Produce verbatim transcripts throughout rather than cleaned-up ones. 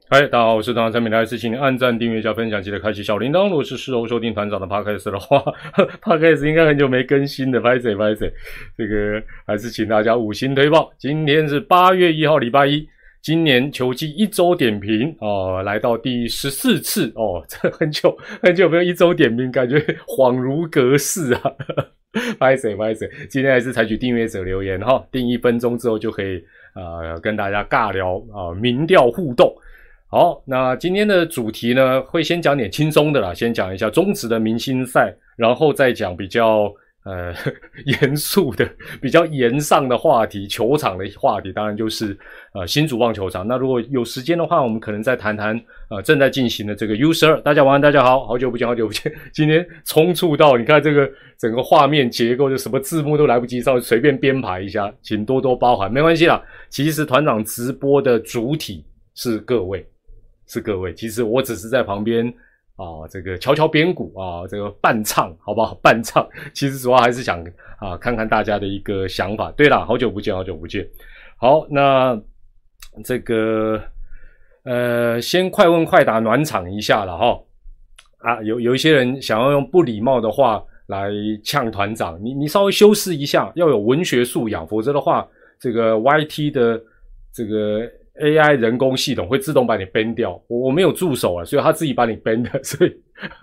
嗨，大家好，我是团长陈美来，是请您按赞、订阅加分享，记得开启小铃铛。如果是事后收听团长的 podcast 的话，podcast 应该很久没更新的，拍谁拍谁，这个还是请大家五星推爆。今天是八月一号，礼拜一，今年球季一周点评哦，来到第十四次哦，这很久很久没有一周点评，感觉恍如隔世啊。拍谁拍谁，今天还是采取订阅者留言哈，订一分钟之后就可以呃跟大家尬聊啊、呃，民调互动。好，那今天的主题呢，会先讲点轻松的啦，先讲一下中职的明星赛，然后再讲比较呃严肃的、比较严上的话题，球场的话题，当然就是呃新竹棒球场。那如果有时间的话，我们可能再谈谈呃正在进行的这个 U 十二。大家晚安，大家好，好久不见，好久不见。今天冲触到，你看这个整个画面结构，就什么字幕都来不及，稍微随便编排一下，请多多包涵，没关系啦。其实团长直播的主体是各位。是各位，其实我只是在旁边啊，这个敲敲边鼓啊，这个伴唱，好不好？伴唱，其实主要还是想啊，看看大家的一个想法。对啦，好久不见，好久不见。好，那这个呃，先快问快答暖场一下了哈。啊，有有一些人想要用不礼貌的话来呛团长，你你稍微修饰一下，要有文学素养，否则的话，这个 Y T 的这个。A I 人工系统会自动把你 ban 掉，我我没有助手啊，所以他自己把你 ban 的，所以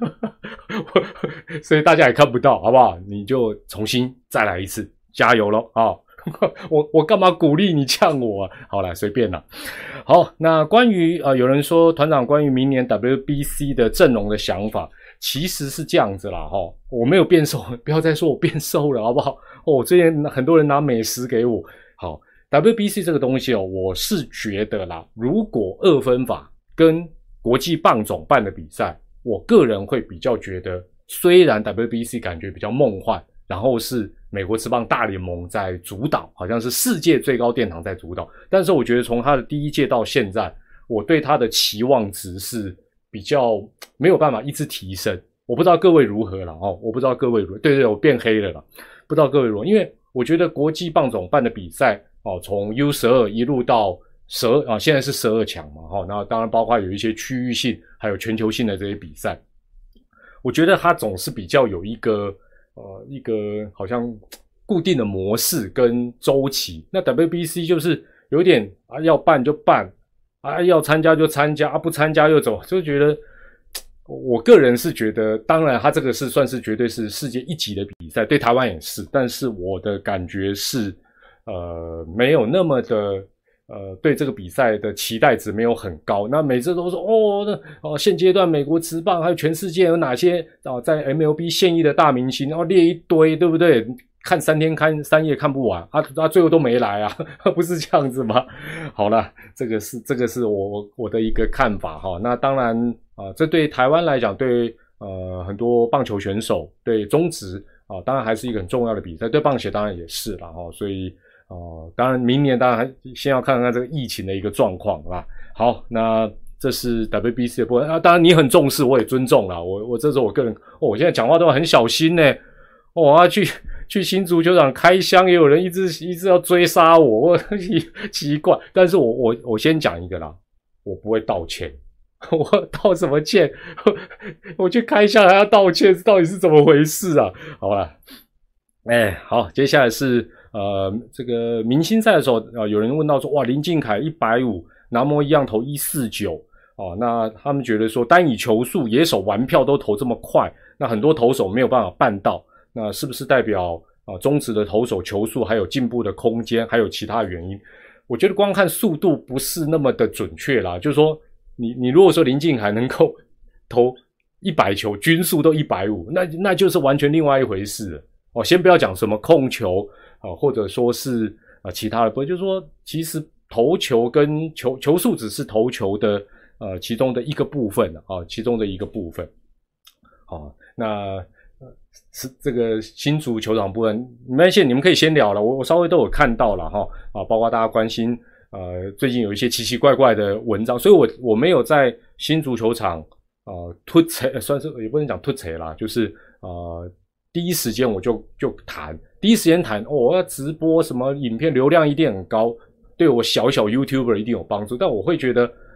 所以大家也看不到，好不好？你就重新再来一次，加油咯啊！我我干嘛鼓励你呛我啊？好啦，随便啦。好，那关于呃有人说团长关于明年 W B C 的阵容的想法，其实是这样子啦齁，我没有变瘦，不要再说我变瘦了，好不好？哦，最近很多人拿美食给我，好。W B C 这个东西哦，我是觉得啦，如果二分法跟国际棒总办的比赛，我个人会比较觉得，虽然 W B C 感觉比较梦幻，然后是美国职棒大联盟在主导，好像是世界最高殿堂在主导，但是我觉得从他的第一届到现在，我对他的期望值是比较没有办法一直提升。我不知道各位如何了哦，我不知道各位如何，对对，我变黑了啦，不知道各位如何，因为我觉得国际棒总办的比赛。哦，从 U 十二 一路到十二啊，现在是十二强嘛，哈、哦，那当然包括有一些区域性还有全球性的这些比赛，我觉得它总是比较有一个呃一个好像固定的模式跟周期。那 W B C 就是有点啊要办就办啊要参加就参加啊不参加又走，就觉得我个人是觉得，当然它这个是算是绝对是世界一级的比赛，对台湾也是，但是我的感觉是。呃，没有那么的，呃，对这个比赛的期待值没有很高。那每次都说，哦，那哦，现阶段美国职棒还有全世界有哪些啊，在 M L B 现役的大明星，然后列一堆，对不对？看三天看三夜看不完，啊，啊，最后都没来啊，不是这样子吗？好了，这个是这个是我我的一个看法哈。那当然啊、呃，这对台湾来讲，对呃很多棒球选手，对中职啊、呃，当然还是一个很重要的比赛，对棒协当然也是啦哈，所以。哦，当然，明年当然还先要看看这个疫情的一个状况啦。好，那这是 W B C 的部分啊。当然你很重视，我也尊重啦。我我这是我个人，哦，我现在讲话都很小心呢。哦，啊，去去新足球场开箱，也有人一直一直要追杀我，我奇怪。但是我我我先讲一个啦，我不会道歉。我道什么歉？我去开箱还要道歉，到底是怎么回事啊？好啦，哎，好，接下来是。呃，这个明星赛的时候，呃，有人问到说，哇，林靖凯一百五十，南模一样投一四九，哦，那他们觉得说，单以球速，野手玩票都投这么快，那很多投手没有办法办到，那是不是代表啊、呃，中职的投手球速还有进步的空间，还有其他原因？我觉得光看速度不是那么的准确啦，就是说，你你如果说林靖凯能够投一百球，均速都一百五十，那那就是完全另外一回事了。哦，先不要讲什么控球。啊，或者说是呃其他的，不就是说，其实投球跟球球速只是投球的呃其中的一个部分啊，其中的一个部分。好、啊，那呃是这个新竹球场部分，没关系，你们可以先聊了，我我稍微都有看到了哈啊，包括大家关心呃最近有一些奇奇怪怪的文章，所以我我没有在新竹球场呃突锤，算是也不能讲突锤啦，就是呃第一时间我就就谈。第一时间谈哦，我要直播什么影片流量一定很高，对我小小 YouTuber 一定有帮助。但我会觉得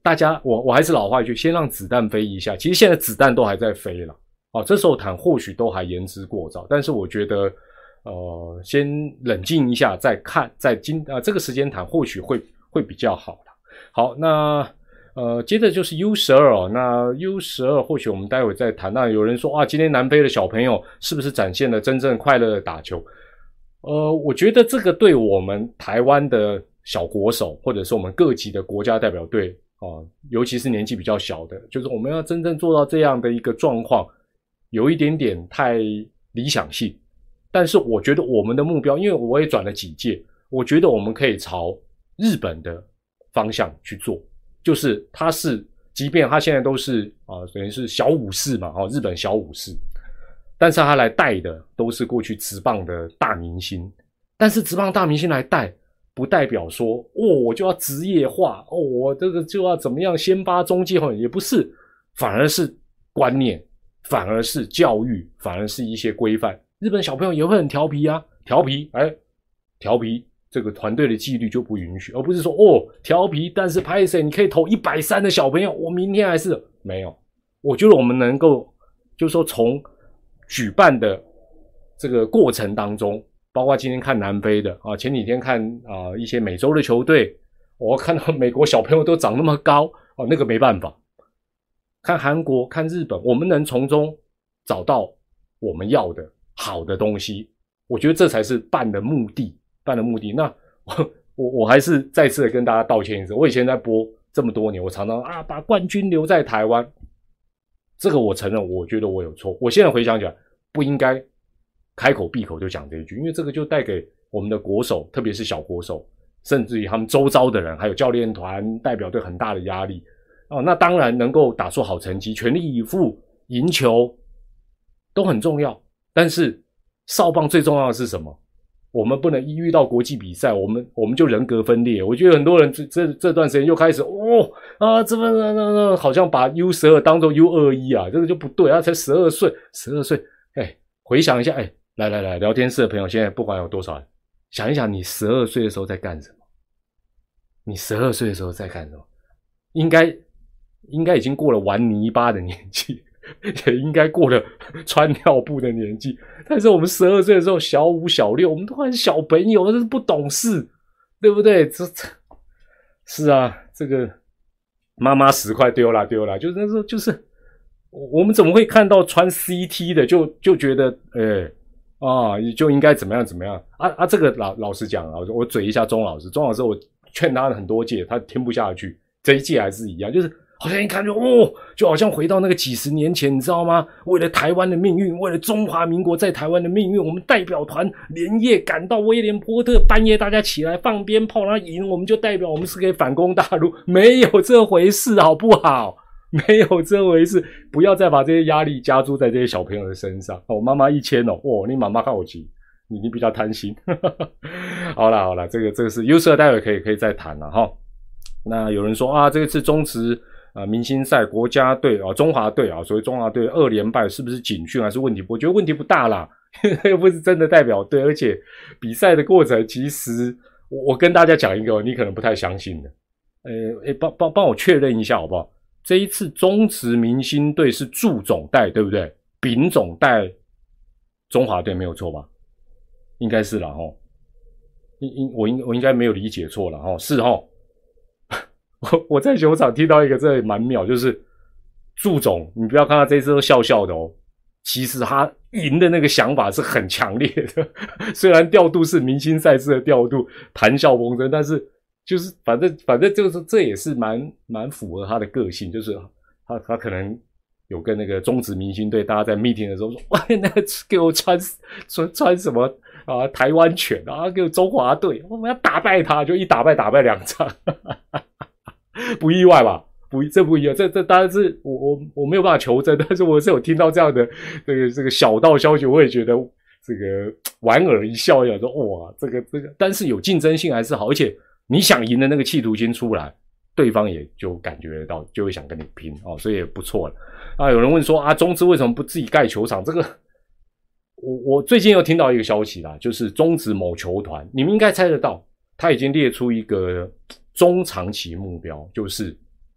大家我我还是老话一句，先让子弹飞一下。其实现在子弹都还在飞了，哦，这时候谈或许都还言之过早，但是我觉得，呃，先冷静一下再看，在今啊、呃、这个时间谈或许会会比较好啦。好，那呃接着就是 U 十二 哦，那 U 十二 或许我们待会再谈。那有人说啊，今天南非的小朋友是不是展现了真正快乐的打球？呃，我觉得这个对我们台湾的小国手，或者是我们各级的国家代表队。哦，尤其是年纪比较小的，就是我们要真正做到这样的一个状况，有一点点太理想性。但是我觉得我们的目标，因为我也转了几届，我觉得我们可以朝日本的方向去做，就是他是，即便他现在都是啊，等于是小武士嘛，哦，日本小武士，但是他来带的都是过去职棒的大明星，但是职棒大明星来带。不代表说哦，我就要职业化哦，我这个就要怎么样先发中继后援，也不是，反而是观念，反而是教育，反而是一些规范。日本小朋友也会很调皮啊，调皮，哎，调皮，这个团队的纪律就不允许，而不是说哦，调皮，但是拍谁你可以投一百三的小朋友，我明天还是没有。我觉得我们能够，就是说从举办的这个过程当中。包括今天看南非的啊，前几天看啊一些美洲的球队，我看到美国小朋友都长那么高啊，那个没办法。看韩国、看日本，我们能从中找到我们要的好的东西，我觉得这才是办的目的，办的目的。那我我我还是再次的跟大家道歉一次，我以前在播这么多年，我常常啊把冠军留在台湾，这个我承认，我觉得我有错。我现在回想起来，不应该。开口闭口就讲这一句，因为这个就带给我们的国手，特别是小国手，甚至于他们周遭的人，还有教练团、代表队很大的压力哦。那当然能够打出好成绩，全力以赴赢球都很重要。但是少棒最重要的是什么？我们不能一遇到国际比赛，我们我们就人格分裂。我觉得很多人这这这段时间又开始哦啊，这么那那那，好像把 U 十二 当做 U 二十一 啊，这个就不对啊，才十二岁，十二岁，哎，回想一下，哎。来来来，聊天室的朋友，现在不管有多少人，想一想你十二岁的时候在干什么？你十二岁的时候在干什么？应该应该已经过了玩泥巴的年纪，也应该过了穿尿布的年纪。但是我们十二岁的时候，小五、小六，我们都还是小朋友，这是不懂事，对不对？这这是啊，这个妈妈十块丢啦丢啦，就是那时候就是我们怎么会看到穿 C T 的就就觉得诶。啊，就应该怎么样怎么样啊啊！这个老老实讲啊，我嘴一下钟老师，钟老师我劝他很多届，他听不下去，这一届还是一样，就是好像一看就哦，就好像回到那个几十年前，你知道吗？为了台湾的命运，为了中华民国在台湾的命运，我们代表团连夜赶到威廉波特，半夜大家起来放鞭炮，然后赢，我们就代表我们是可以反攻大陆，没有这回事，好不好？没有这回事，不要再把这些压力加诸在这些小朋友的身上。我、哦、妈妈一千哦，哦，你妈妈看我急，你你比较贪心。好啦好啦，这个这个是 U 十二，待会可以可以再谈了哈。那有人说啊，这次中职啊明星赛国家队啊中华队啊，所谓中华队二连败是不是警讯还是问题？我觉得问题不大啦，又不是真的代表队，而且比赛的过程其实我我跟大家讲一个你可能不太相信的，呃诶帮帮帮我确认一下好不好？这一次中职明星队是祝总带，对不对？丙总带中华队没有错吧？应该是啦齁。应应我应我应该没有理解错了齁，是齁。我我在球场听到一个这蛮妙，就是祝总，你不要看他这一次都笑笑的哦，其实他赢的那个想法是很强烈的。虽然调度是明星赛事的调度，谈笑风生，但是。就是反正反正就是这也是蛮蛮符合他的个性，就是他他可能有跟那个中职明星队大家在 meeting 的时候说，喂，那个给我穿穿穿什么啊台湾拳啊，给我中华队，我们要打败他，就一打败打败两场，不意外吧？不，这不一样，这这当然是我我我没有办法求证，但是我是有听到这样的这个这个小道消息，我也觉得这个莞尔一笑，想说哇，这个这个，但是有竞争性还是好，而且。你想赢的那个企图心出来，对方也就感觉得到，就会想跟你拼哦，所以也不错了。啊，有人问说啊，中职为什么不自己盖球场？这个，我我最近又听到一个消息啦，就是中职某球团，你们应该猜得到，他已经列出一个中长期目标，就是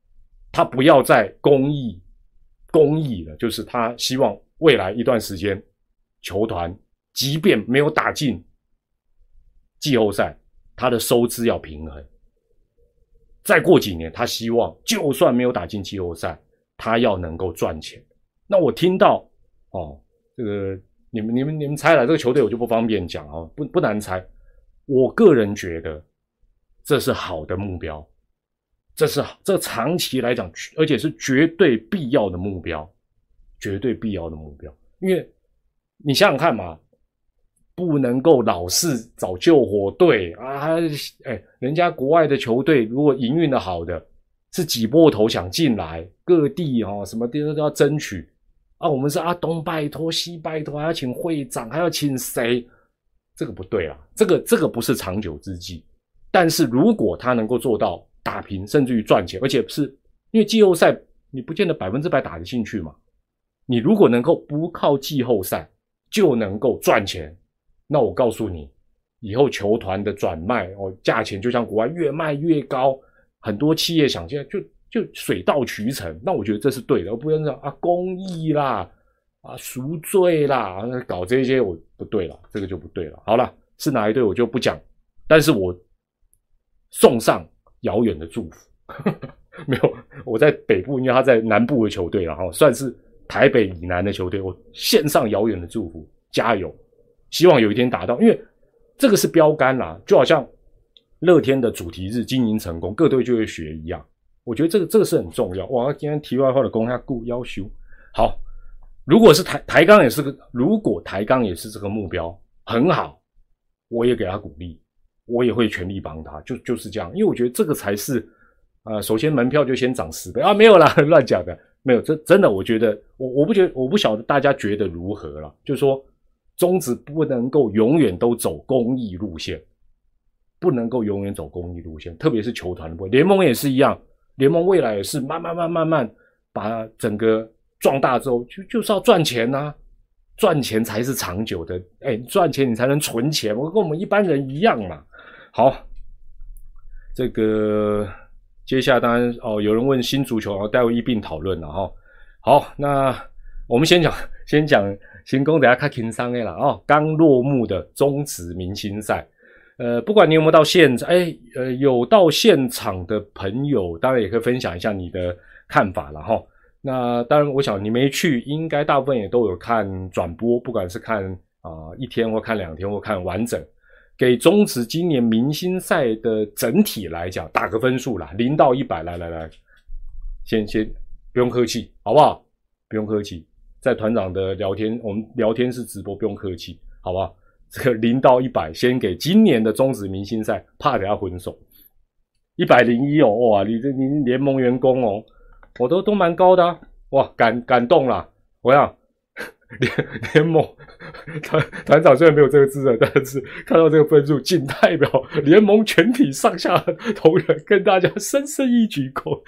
他不要再公益公益了，就是他希望未来一段时间球团即便没有打进季后赛，他的收支要平衡。再过几年，他希望就算没有打进季后赛，他要能够赚钱。那我听到哦，这个你们你们你们猜了，这个球队我就不方便讲哦，不不难猜。我个人觉得这是好的目标，这是这长期来讲，而且是绝对必要的目标，绝对必要的目标。因为你想想看嘛，不能够老是找救火队啊！哎，人家国外的球队如果营运的好的，是挤破头想进来，各地哦什么地方都要争取啊。我们是啊东拜托西拜托，还要请会长，还要请谁？这个不对啦，这个这个不是长久之计。但是如果他能够做到打平，甚至于赚钱，而且是因为季后赛你不见得百分之百打得进去嘛。你如果能够不靠季后赛就能够赚钱，那我告诉你，以后球团的转卖哦，价钱就像国外越卖越高，很多企业想现在就就水到渠成。那我觉得这是对的，而不能讲啊公益啦啊赎罪啦，搞这些我不对了，这个就不对了。好了，是哪一队我就不讲，但是我送上遥远的祝福。没有，我在北部，因为他在南部的球队，然后算是台北以南的球队，我献上遥远的祝福，加油！希望有一天达到，因为这个是标杆啦，就好像乐天的主题日经营成功，各队就会学一样。我觉得这个这个是很重要。哇，今天题外话的攻下顾要求好，如果是台台钢也是个，如果台钢也是这个目标很好，我也给他鼓励，我也会全力帮他，就就是这样。因为我觉得这个才是呃，首先门票就先涨十倍啊，没有啦，乱讲的，没有，这真的我觉得我我不觉得我不晓得大家觉得如何啦，就是说。中职不能够永远都走公益路线，不能够永远走公益路线，特别是球团的部分，联盟也是一样，联盟未来也是慢慢慢慢慢把整个壮大之后，就就是要赚钱啊，赚钱才是长久的，哎，赚钱你才能存钱，我跟我们一般人一样嘛。好，这个接下来当然哦，有人问新足球，然后待会一并讨论了哈。好，那我们先讲，先讲。先讲等下较轻松的啦哦，刚落幕的中职明星赛，呃，不管你有没有到现场，哎，呃，有到现场的朋友，当然也可以分享一下你的看法啦齁。那当然，我想你没去，应该大部分也都有看转播，不管是看啊、呃、一天或看两天或看完整。给中职今年明星赛的整体来讲，打个分数啦，零到一百，来来来，先先不用客气，好不好？不用客气。在团长的聊天，我们聊天室直播，不用客气，好不好？这个零到一百，先给今年的中职明星赛，怕等下混手。一百零一哦，哇，你这你联盟员工哦，我都都蛮高的啊，哇，感感动啦！我想联联盟团团长虽然没有这个资格，但是看到这个分数，仅代表联盟全体上下同仁跟大家深深一鞠躬。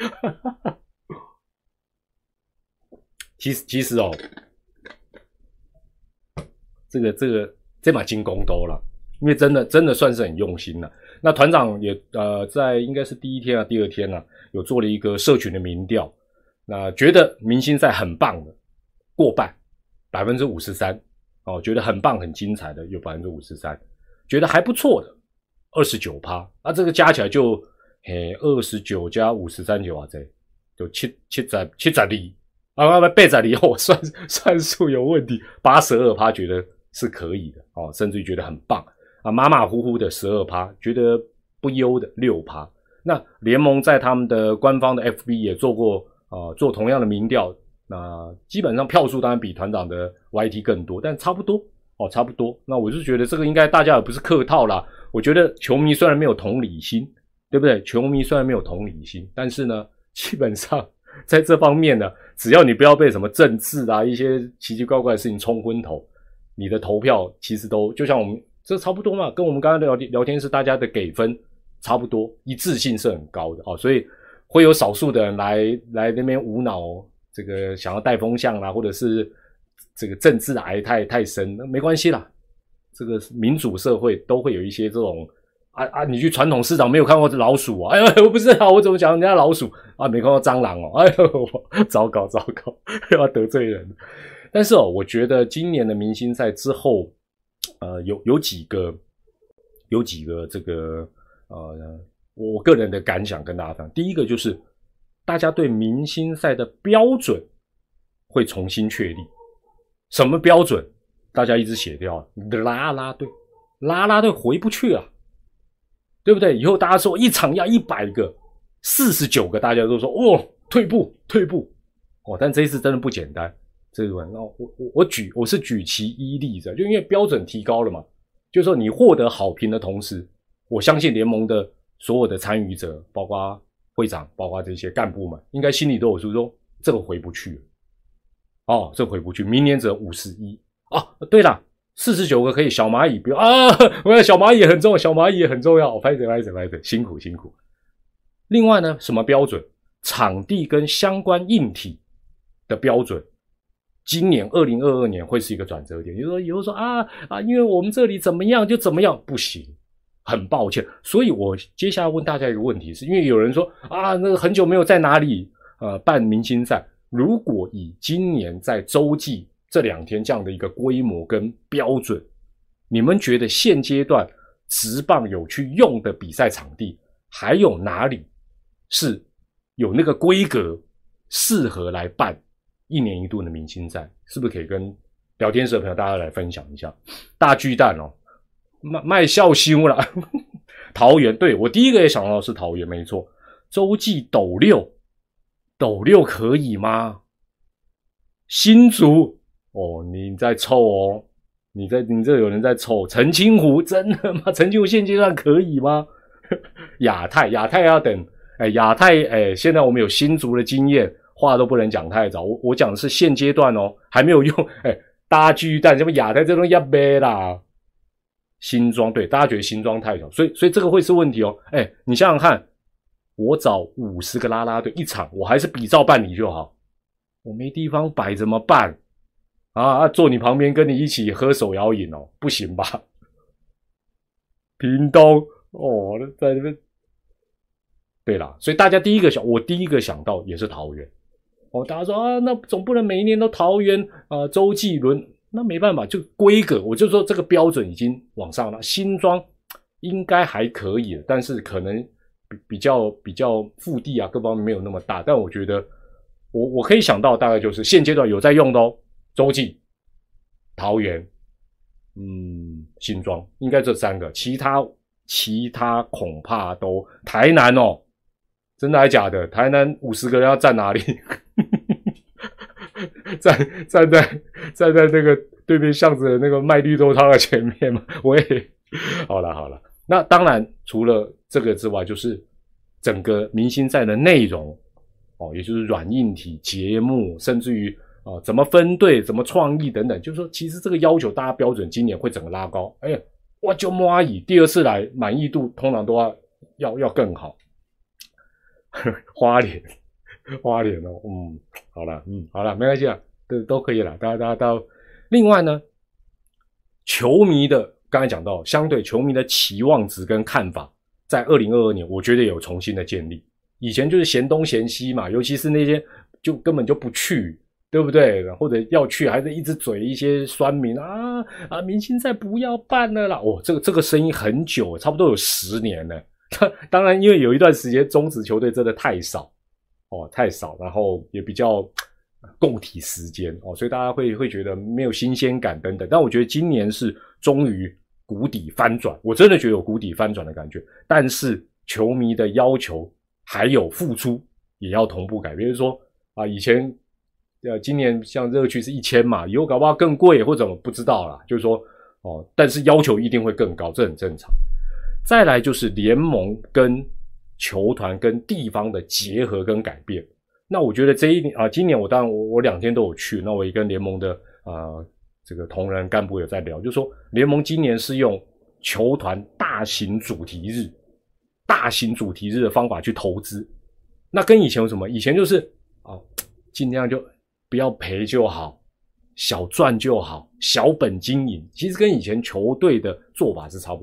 其实其实哦，这个这个这把金公都了，因为真的真的算是很用心了。那团长也呃在应该是第一天啊第二天啊，有做了一个社群的民调，那觉得明星赛很棒的过半 百分之五十三 哦，觉得很棒很精彩的有 百分之五十三， 觉得还不错的 百分之二十九， 啊这个加起来就嘿二十九加五十三就啊这就七七十七十二。啊，八十二后算算数有问题， 百分之八十二 觉得是可以的哦，甚至于觉得很棒啊，马马虎虎的 百分之十二， 觉得不优的 百分之六。 那联盟在他们的官方的 F B 也做过啊、呃，做同样的民调，那基本上票数当然比团长的 Y T 更多，但差不多哦，差不多。那我就觉得这个应该大家也不是客套啦，我觉得球迷虽然没有同理心，对不对？球迷虽然没有同理心，但是呢，基本上在这方面呢，只要你不要被什么政治啊一些奇奇怪怪的事情冲昏头，你的投票其实都就像我们这差不多嘛，跟我们刚刚聊聊天是大家的给分差不多，一致性是很高的哦，所以会有少数的人来来那边无脑这个想要带风向啦，或者是这个政治癌太太深，没关系啦，这个民主社会都会有一些这种啊啊！你去传统市场没有看过老鼠啊？哎呦，我不是啊，我怎么讲人家老鼠啊？没看过蟑螂哦？哎呦，糟糕糟糕，又要得罪人。但是哦，我觉得今年的明星赛之后，呃，有有几个有几个这个呃，我个人的感想跟大家分享。第一个就是大家对明星赛的标准会重新确立。什么标准？大家一直写掉啦啦队，啦啦队回不去啊，对不对？以后大家说一场要一百个，四十九个，大家都说哦，退步退步哦。但这一次真的不简单，这个那我我我举我是举其一例子，就因为标准提高了嘛，就是说你获得好评的同时，我相信联盟的所有的参与者，包括会长，包括这些干部们，应该心里都有数，说这个回不去了。哦，这回不去，明年只有五十一啊。对了，四十九个可以小蚂蚁不要啊，我要小蚂蚁也很重要，小蚂蚁也很重要。拍手拍手拍手，辛苦辛苦。另外呢，什么标准？场地跟相关硬体的标准，今年二零二二年会是一个转折点。就是说以后说啊啊，因为我们这里怎么样就怎么样，不行，很抱歉。所以我接下来问大家一个问题是，因为有人说啊，那个很久没有在哪里呃办明星赛。如果以今年在洲际这两天这样的一个规模跟标准，你们觉得现阶段职棒有去用的比赛场地，还有哪里是有那个规格适合来办一年一度的明星赛？是不是可以跟聊天室的朋友大家来分享一下？大巨蛋哦，卖卖笑羞啦。桃园，对，我第一个也想到的是桃园，没错。洲际斗六。斗六可以吗？新竹哦，你在凑哦，你在你这有人在凑。澄清湖真的吗？澄清湖现阶段可以吗？亚太亚太要等，哎，亚太哎，现在我们有新竹的经验，话都不能讲太早。我我讲的是现阶段哦，还没有用。哎，大巨蛋什么亚太这东西要背啦。新庄对，大家觉得新庄太小，所以所以这个会是问题哦。哎，你想想看。我找五十个啦啦队一场，我还是比照办理就好。我没地方摆怎么办？啊，坐你旁边跟你一起喝手摇饮哦，不行吧？屏东哦，在那边。对啦，所以大家第一个想，我第一个想到也是桃园。哦，大家说啊，那总不能每一年都桃园啊，洲际轮，那没办法，就规格，我就说这个标准已经往上了。新庄应该还可以了，但是可能。比较比较腹地啊，各方面没有那么大，但我觉得我我可以想到大概就是现阶段有在用的哦，洲际、桃园、嗯，新庄，应该这三个，其他其他恐怕都台南哦，真的还假的？台南五十个人要站哪里？站站在站在那个对面巷子的那个卖绿豆汤的前面嘛？我也好了好了。那当然，除了这个之外，就是整个明星赛的内容哦，也就是软硬体、节目，甚至于啊、呃、怎么分队、怎么创意等等，就是说，其实这个要求大家标准今年会整个拉高。哎呀，哇就摸阿姨，第二次来满意度通常都要要要更好。花莲，花莲哦，嗯，好了，嗯，好了，没关系啦，都都可以了，大家大家都。另外呢，球迷的。刚才讲到，相对球迷的期望值跟看法，在二零二二年，我觉得有重新的建立。以前就是嫌东嫌西嘛，尤其是那些就根本就不去，对不对？或者要去，还是一直嘴一些酸民啊啊，明星赛不要办了啦！哦，这个这个声音很久，差不多有十年了。当然，因为有一段时间中职球队真的太少哦，太少，然后也比较共体时间哦，所以大家会会觉得没有新鲜感等等。但我觉得今年是终于。谷底翻转，我真的觉得有谷底翻转的感觉，但是球迷的要求还有付出也要同步改变。比如说啊，以前呃，今年像热区是一千嘛，以后搞不好更贵或者不知道啦。就是说哦，但是要求一定会更高，这很正常。再来就是联盟跟球团跟地方的结合跟改变。那我觉得这一年啊，今年我当然我我两天都有去，那我也跟联盟的啊。这个同仁干部有在聊，就是说联盟今年是用球团大型主题日、大型主题日的方法去投资。那跟以前有什么？以前就是哦，尽量就不要赔就好，小赚就好，小本经营。其实跟以前球队的做法是差不多。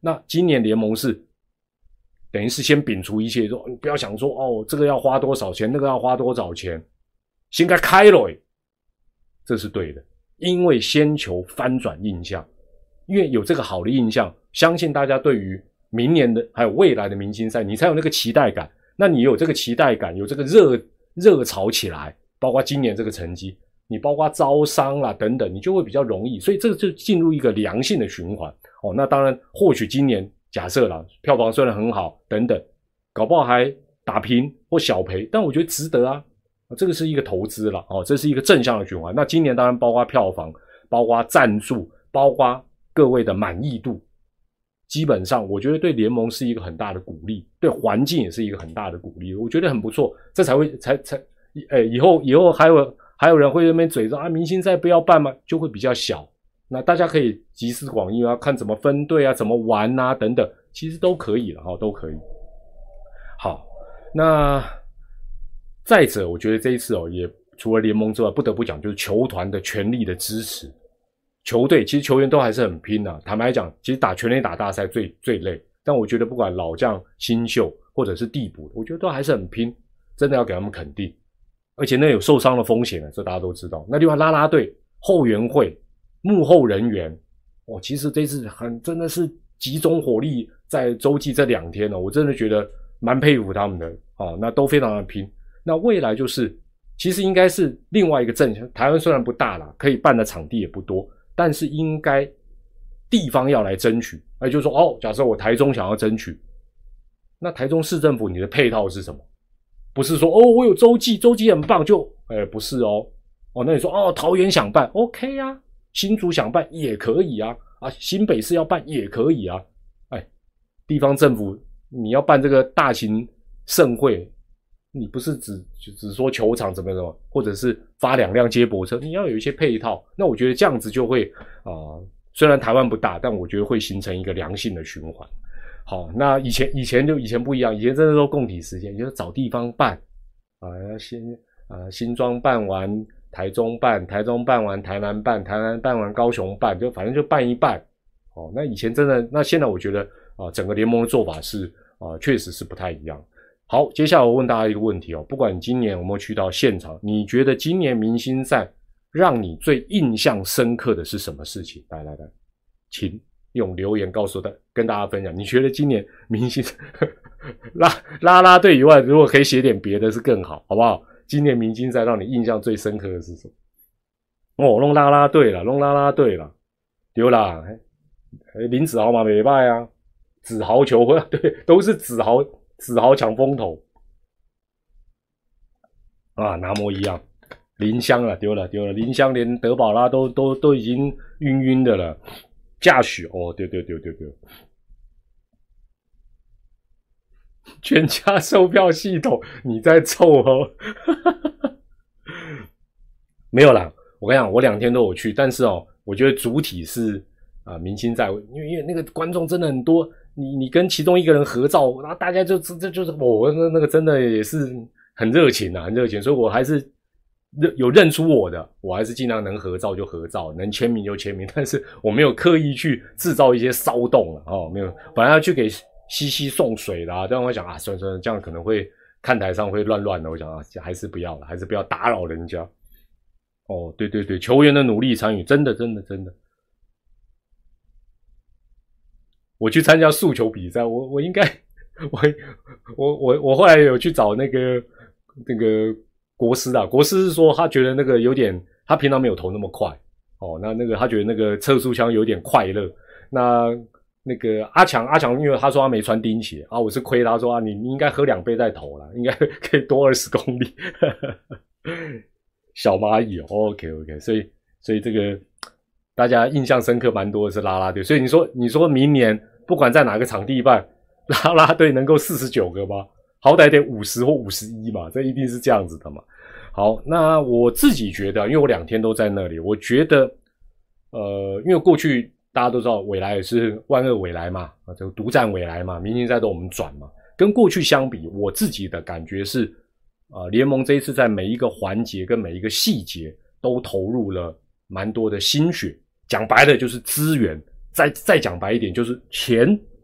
那今年联盟是等于是先摒除一切，说你不要想说哦，这个要花多少钱，那个要花多少钱，先该开了，这是对的，因为先求翻转印象，因为有这个好的印象，相信大家对于明年的还有未来的明星赛，你才有那个期待感。那你有这个期待感，有这个热热潮起来，包括今年这个成绩，你包括招商啦等等，你就会比较容易，所以这个就进入一个良性的循环哦。那当然，或许今年假设啦，票房虽然很好等等，搞不好还打平或小赔，但我觉得值得啊。这个是一个投资啦哦，这是一个正向的循环。那今年当然包括票房，包括赞助，包括各位的满意度。基本上我觉得对联盟是一个很大的鼓励，对环境也是一个很大的鼓励，我觉得很不错，这才会才才诶以后以后还有还有人会在那边嘴说啊明星赛不要办吗？就会比较小，那大家可以集思广益啊，看怎么分队啊，怎么玩啊等等，其实都可以了哈，都可以。好，那再者我觉得这一次哦，也除了联盟之外，不得不讲就是球团的全力的支持。球队其实球员都还是很拼啊，坦白讲，其实打全垒打大赛最最累，但我觉得不管老将、新秀或者是替补，我觉得都还是很拼，真的要给他们肯定。而且那有受伤的风险的，这大家都知道。那另外啦啦队、后援会、幕后人员，哦，其实这次很真的是集中火力在洲际这两天呢、哦，我真的觉得蛮佩服他们的哦，那都非常的拼。那未来就是其实应该是另外一个阵线，台湾虽然不大啦，可以办的场地也不多。但是应该地方要来争取，也就是说，哦，假设我台中想要争取，那台中市政府你的配套是什么？不是说哦，我有洲际，洲际很棒，就，哎，不是哦，哦，那你说哦，桃园想办 ，OK 啊，新竹想办也可以啊，啊，新北市要办也可以啊，哎，地方政府你要办这个大型盛会。你不是只只说球场怎么怎么，或者是发两辆接驳车，你要有一些配套。那我觉得这样子就会啊、呃，虽然台湾不大，但我觉得会形成一个良性的循环。好，那以前以前就以前不一样，以前真的都共体时间，就是找地方办啊，新啊新庄办完，台中办，台中办完，台南办，台南办完，高雄办，就反正就办一办。哦，那以前真的，那现在我觉得啊、呃，整个联盟的做法是啊、呃，确实是不太一样。好，接下来我问大家一个问题哦，不管今年有没有去到现场，你觉得今年明星赛让你最印象深刻的是什么事情？来来来，请用留言告诉大跟大家分享，你觉得今年明星赛啦啦啦队以外，如果可以写点别的是更好，好不好？今年明星赛让你印象最深刻的是什么？哦，弄啦啦队啦，弄啦啦队啦，对啦，林子豪嘛没败啊，子豪球会对，都是子豪。子豪抢风头啊，拿模一样，林香了，丢了丢了，林香连德保拉都都都已经晕晕的了，驾许哦，丢丢丢丢丢，全家售票系统你在凑合，没有啦，我跟你讲，我两天都有去，但是哦，我觉得主体是啊明星赛，因为因为那个观众真的很多。你你跟其中一个人合照，然后大家就这就是我、哦、那那个真的也是很热情啊，很热情，所以我还是认有认出我的，我还是尽量能合照就合照，能签名就签名，但是我没有刻意去制造一些骚动了哦，没有，本来要去给西西送水啦，这样我想啊，算算这样可能会看台上会乱乱的，我想啊，还是不要了，还是不要打扰人家。哦，对对对，球员的努力参与，真的真的真的。我去参加速球比赛，我我应该，我我我我后来有去找那个那个国师啊，国师是说他觉得那个有点，他平常没有投那么快，哦，那那个他觉得那个测速枪有点快乐，那那个阿强阿强因为他说他没穿钉鞋啊，我是亏他说啊，你你应该喝两杯再投啦，应该可以多二十公里，小蚂蚁哦 ，OK OK， 所以所以这个。大家印象深刻蛮多的是啦啦队，所以你说你说明年不管在哪个场地办，啦啦队能够四十九个吗？好歹得五十或五十一嘛，这一定是这样子的嘛。好，那我自己觉得，因为我两天都在那里，我觉得，呃，因为过去大家都知道未来也是万恶未来嘛，啊，这个独占未来嘛，明星赛都我们转嘛，跟过去相比，我自己的感觉是，呃，联盟这一次在每一个环节跟每一个细节都投入了蛮多的心血。讲白了就是资源，再再讲白一点就是钱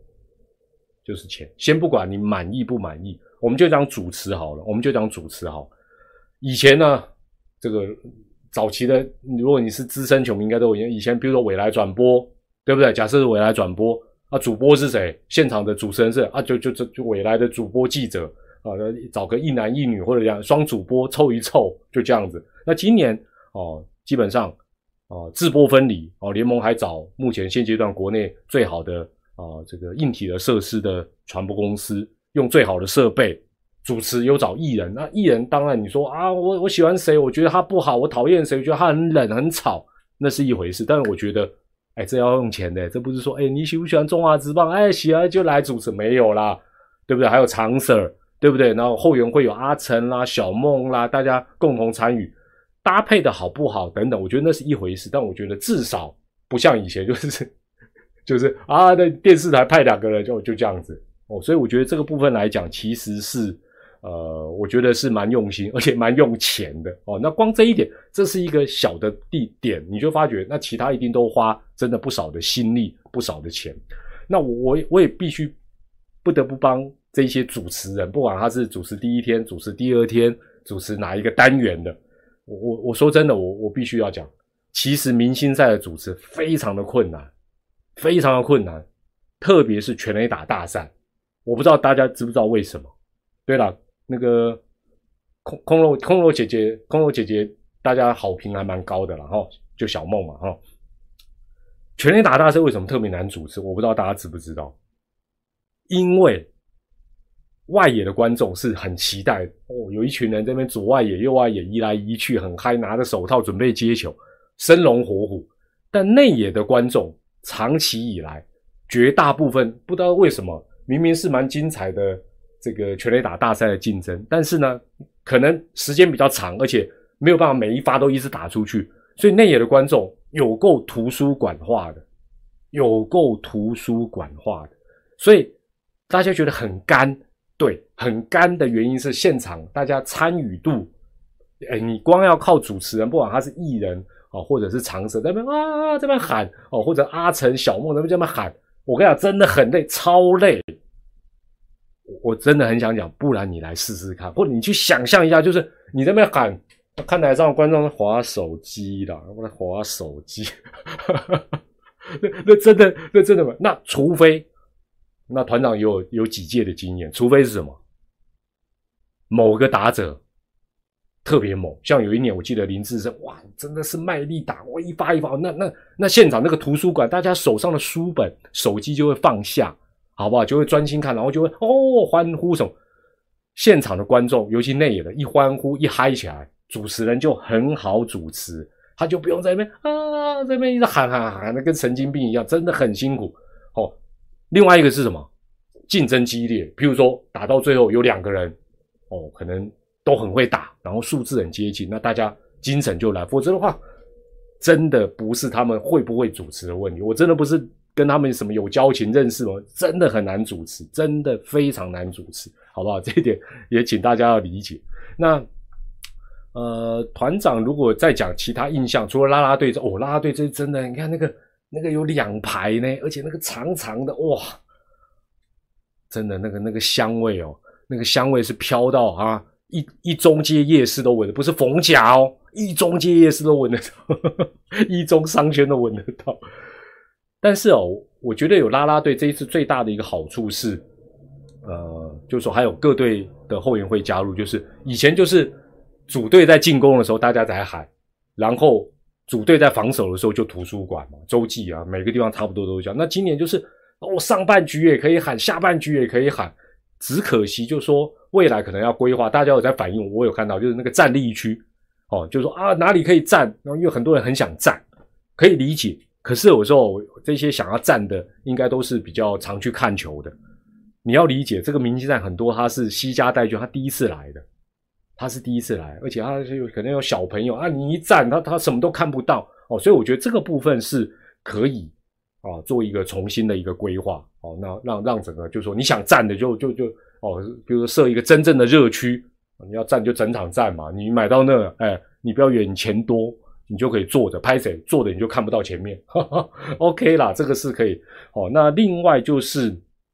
就是钱。先不管你满意不满意，我们就讲主持好了，我们就讲主持好。以前呢，这个早期的，如果你是资深球迷，应该都有以前，比如说未来转播，对不对？假设是未来转播啊，主播是谁？现场的主持人是啊，就就就就未来的主播记者啊，找个一男一女或者这样双主播凑一凑，就这样子。那今年哦，基本上哦，制播分离哦，联盟还找目前现阶段国内最好的啊这个硬体的设施的传播公司，用最好的设备。主持有找艺人，那艺人当然你说啊，我我喜欢谁，我觉得他不好，我讨厌谁，我觉得他很冷很吵，那是一回事。但是我觉得，哎，这要用钱的，这不是说，哎，你喜不喜欢中华职棒？哎，喜欢就来主持，没有啦，对不对？还有常 Sir， 对不对？然后后援会有阿成啦、小梦啦，大家共同参与，搭配的好不好等等，我觉得那是一回事。但我觉得至少不像以前，就是就是啊，那电视台派两个人就就这样子哦，所以我觉得这个部分来讲，其实是。呃，我觉得是蛮用心，而且蛮用钱的哦。那光这一点，这是一个小的地点，你就发觉那其他一定都花真的不少的心力，不少的钱。那我我也必须不得不帮这些主持人，不管他是主持第一天、主持第二天、主持哪一个单元的，我我我说真的，我我必须要讲，其实明星赛的主持非常的困难，非常的困难，特别是全垒打大赛，我不知道大家知不知道为什么？对了。那个空空肉空肉姐姐空肉姐姐，大家好评还蛮高的啦齁，就小梦嘛齁。全垒打大赛为什么特别难主持？我不知道大家知不知道？因为外野的观众是很期待哦，有一群人在那边左外野右外野移来移去，很嗨，拿着手套准备接球，生龙活虎。但内野的观众长期以来，绝大部分不知道为什么，明明是蛮精彩的。这个全垒打大赛的竞争，但是呢，可能时间比较长，而且没有办法每一发都一直打出去，所以内野的观众有够图书馆化的，有够图书馆化的，所以大家觉得很干，对，很干的原因是现场大家参与度，哎，你光要靠主持人，不管他是艺人哦，或者是常神在那边啊在那边喊哦，或者阿成、小梦在那边喊，我跟你讲，真的很累，超累。我真的很想讲，不然你来试试看，或者你去想象一下，就是你在那边喊，看台上的观众在滑手机啦，我在滑手机，那那真的，那真的，那除非，那团长有有几届的经验，除非是什么，某个打者特别猛，像有一年我记得林志胜，哇，真的是卖力打，哇，一发一发，那那那现场那个图书馆，大家手上的书本、手机就会放下。好不好？就会专心看，然后就会哦欢呼什么。现场的观众，尤其内野的，一欢呼一嗨起来，主持人就很好主持，他就不用在那边啊，在那边一直喊喊喊的跟神经病一样，真的很辛苦。哦，另外一个是什么？竞争激烈，譬如说打到最后有两个人，哦，可能都很会打，然后数字很接近，那大家精神就来，否则的话，真的不是他们会不会主持的问题，我真的不是。跟他们什么有交情认识吗？真的很难主持，真的非常难主持，好不好？这一点也请大家要理解。那呃，团长如果再讲其他印象，除了啦啦队，哦，啦啦队这是真的，你看那个那个有两排呢，而且那个长长的，哇，真的那个那个香味哦，那个香味是飘到啊，一一中街夜市都闻得，不是逢甲哦，一中街夜市都闻得到，一中商圈都闻得到。但是哦，我觉得有啦啦队这一次最大的一个好处是，呃，就是说还有各队的后援会加入，就是以前就是主队在进攻的时候大家才喊，然后主队在防守的时候就图书馆嘛、洲际啊，每个地方差不多都是这样。那今年就是哦，上半局也可以喊，下半局也可以喊，只可惜就是说未来可能要规划，大家有在反映，我有看到就是那个站立区哦，就是说啊哪里可以站，然后因为很多人很想站，可以理解。可是有时候这些想要站的应该都是比较常去看球的，你要理解这个明星赛很多他是惜家带眷，他第一次来的，他是第一次来，而且他可能有小朋友啊，你一站他他什么都看不到哦，所以我觉得这个部分是可以啊做一个重新的一个规划哦，那让让整个就是说你想站的就就就哦，比如说设一个真正的热区，你要站就整场站嘛，你买到那哎，你不要远钱多。你就可以坐着拍谁坐着你就看不到前面呵呵 OK 啦，这个是可以哦。那另外就是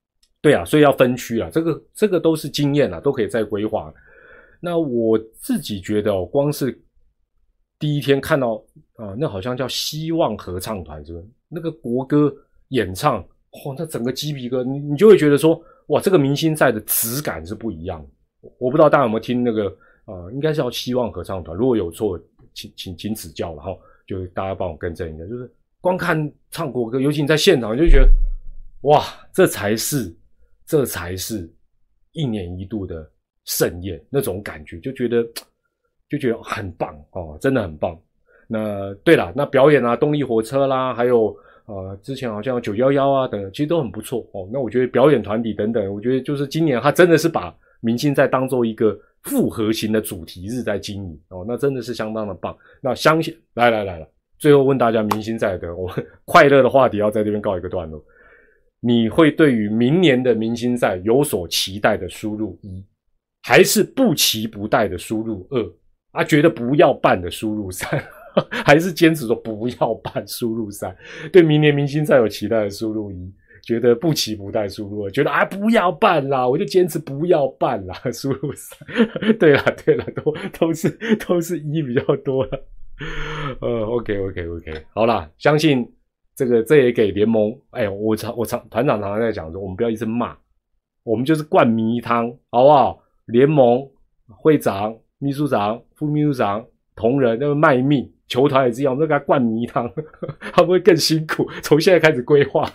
对啊，所以要分区啊，这个这个都是经验啊，都可以再规划。那我自己觉得哦，光是第一天看到啊、呃，那好像叫希望合唱团是不是？那个国歌演唱，哇，那整个鸡皮疙瘩，你你就会觉得说，哇，这个明星赛的质感是不一样的。我不知道大家有没有听那个啊、呃，应该是叫希望合唱团，如果有错，请请请指教了哈，就大家帮我更正一下。就是光看唱国歌，尤其你在现场，就觉得哇，这才是这才是一年一度的盛宴那种感觉，就觉得就觉得很棒哦，真的很棒。那对了，那表演啊，动力火车啦，还有呃之前好像有九一一啊等等，其实都很不错哦。那我觉得表演团体等等，我觉得就是今年他真的是把明星赛当做一个复合型的主题日在经营哦，那真的是相当的棒。那相信来来来了，最后问大家明星赛的我快乐的话题要在这边告一个段落。你会对于明年的明星赛有所期待的输入一，还是不期不待的输入二啊？觉得不要办的输入三，还是坚持说不要办输入三？对明年明星赛有期待的输入一，觉得不期不待输入二，觉得啊不要办啦，我就坚持不要办啦，输入三。对啦对啦，都都是都是一比较多了。呃 ，OK OK OK， 好啦，相信。这个这也给联盟，哎，我常我常团长常常在讲说，我们不要一直骂，我们就是灌迷汤，好不好？联盟会长、秘书长、副秘书长、同仁那个卖命，球团也是一样，我们都给他灌迷汤，他们会更辛苦。从现在开始规划。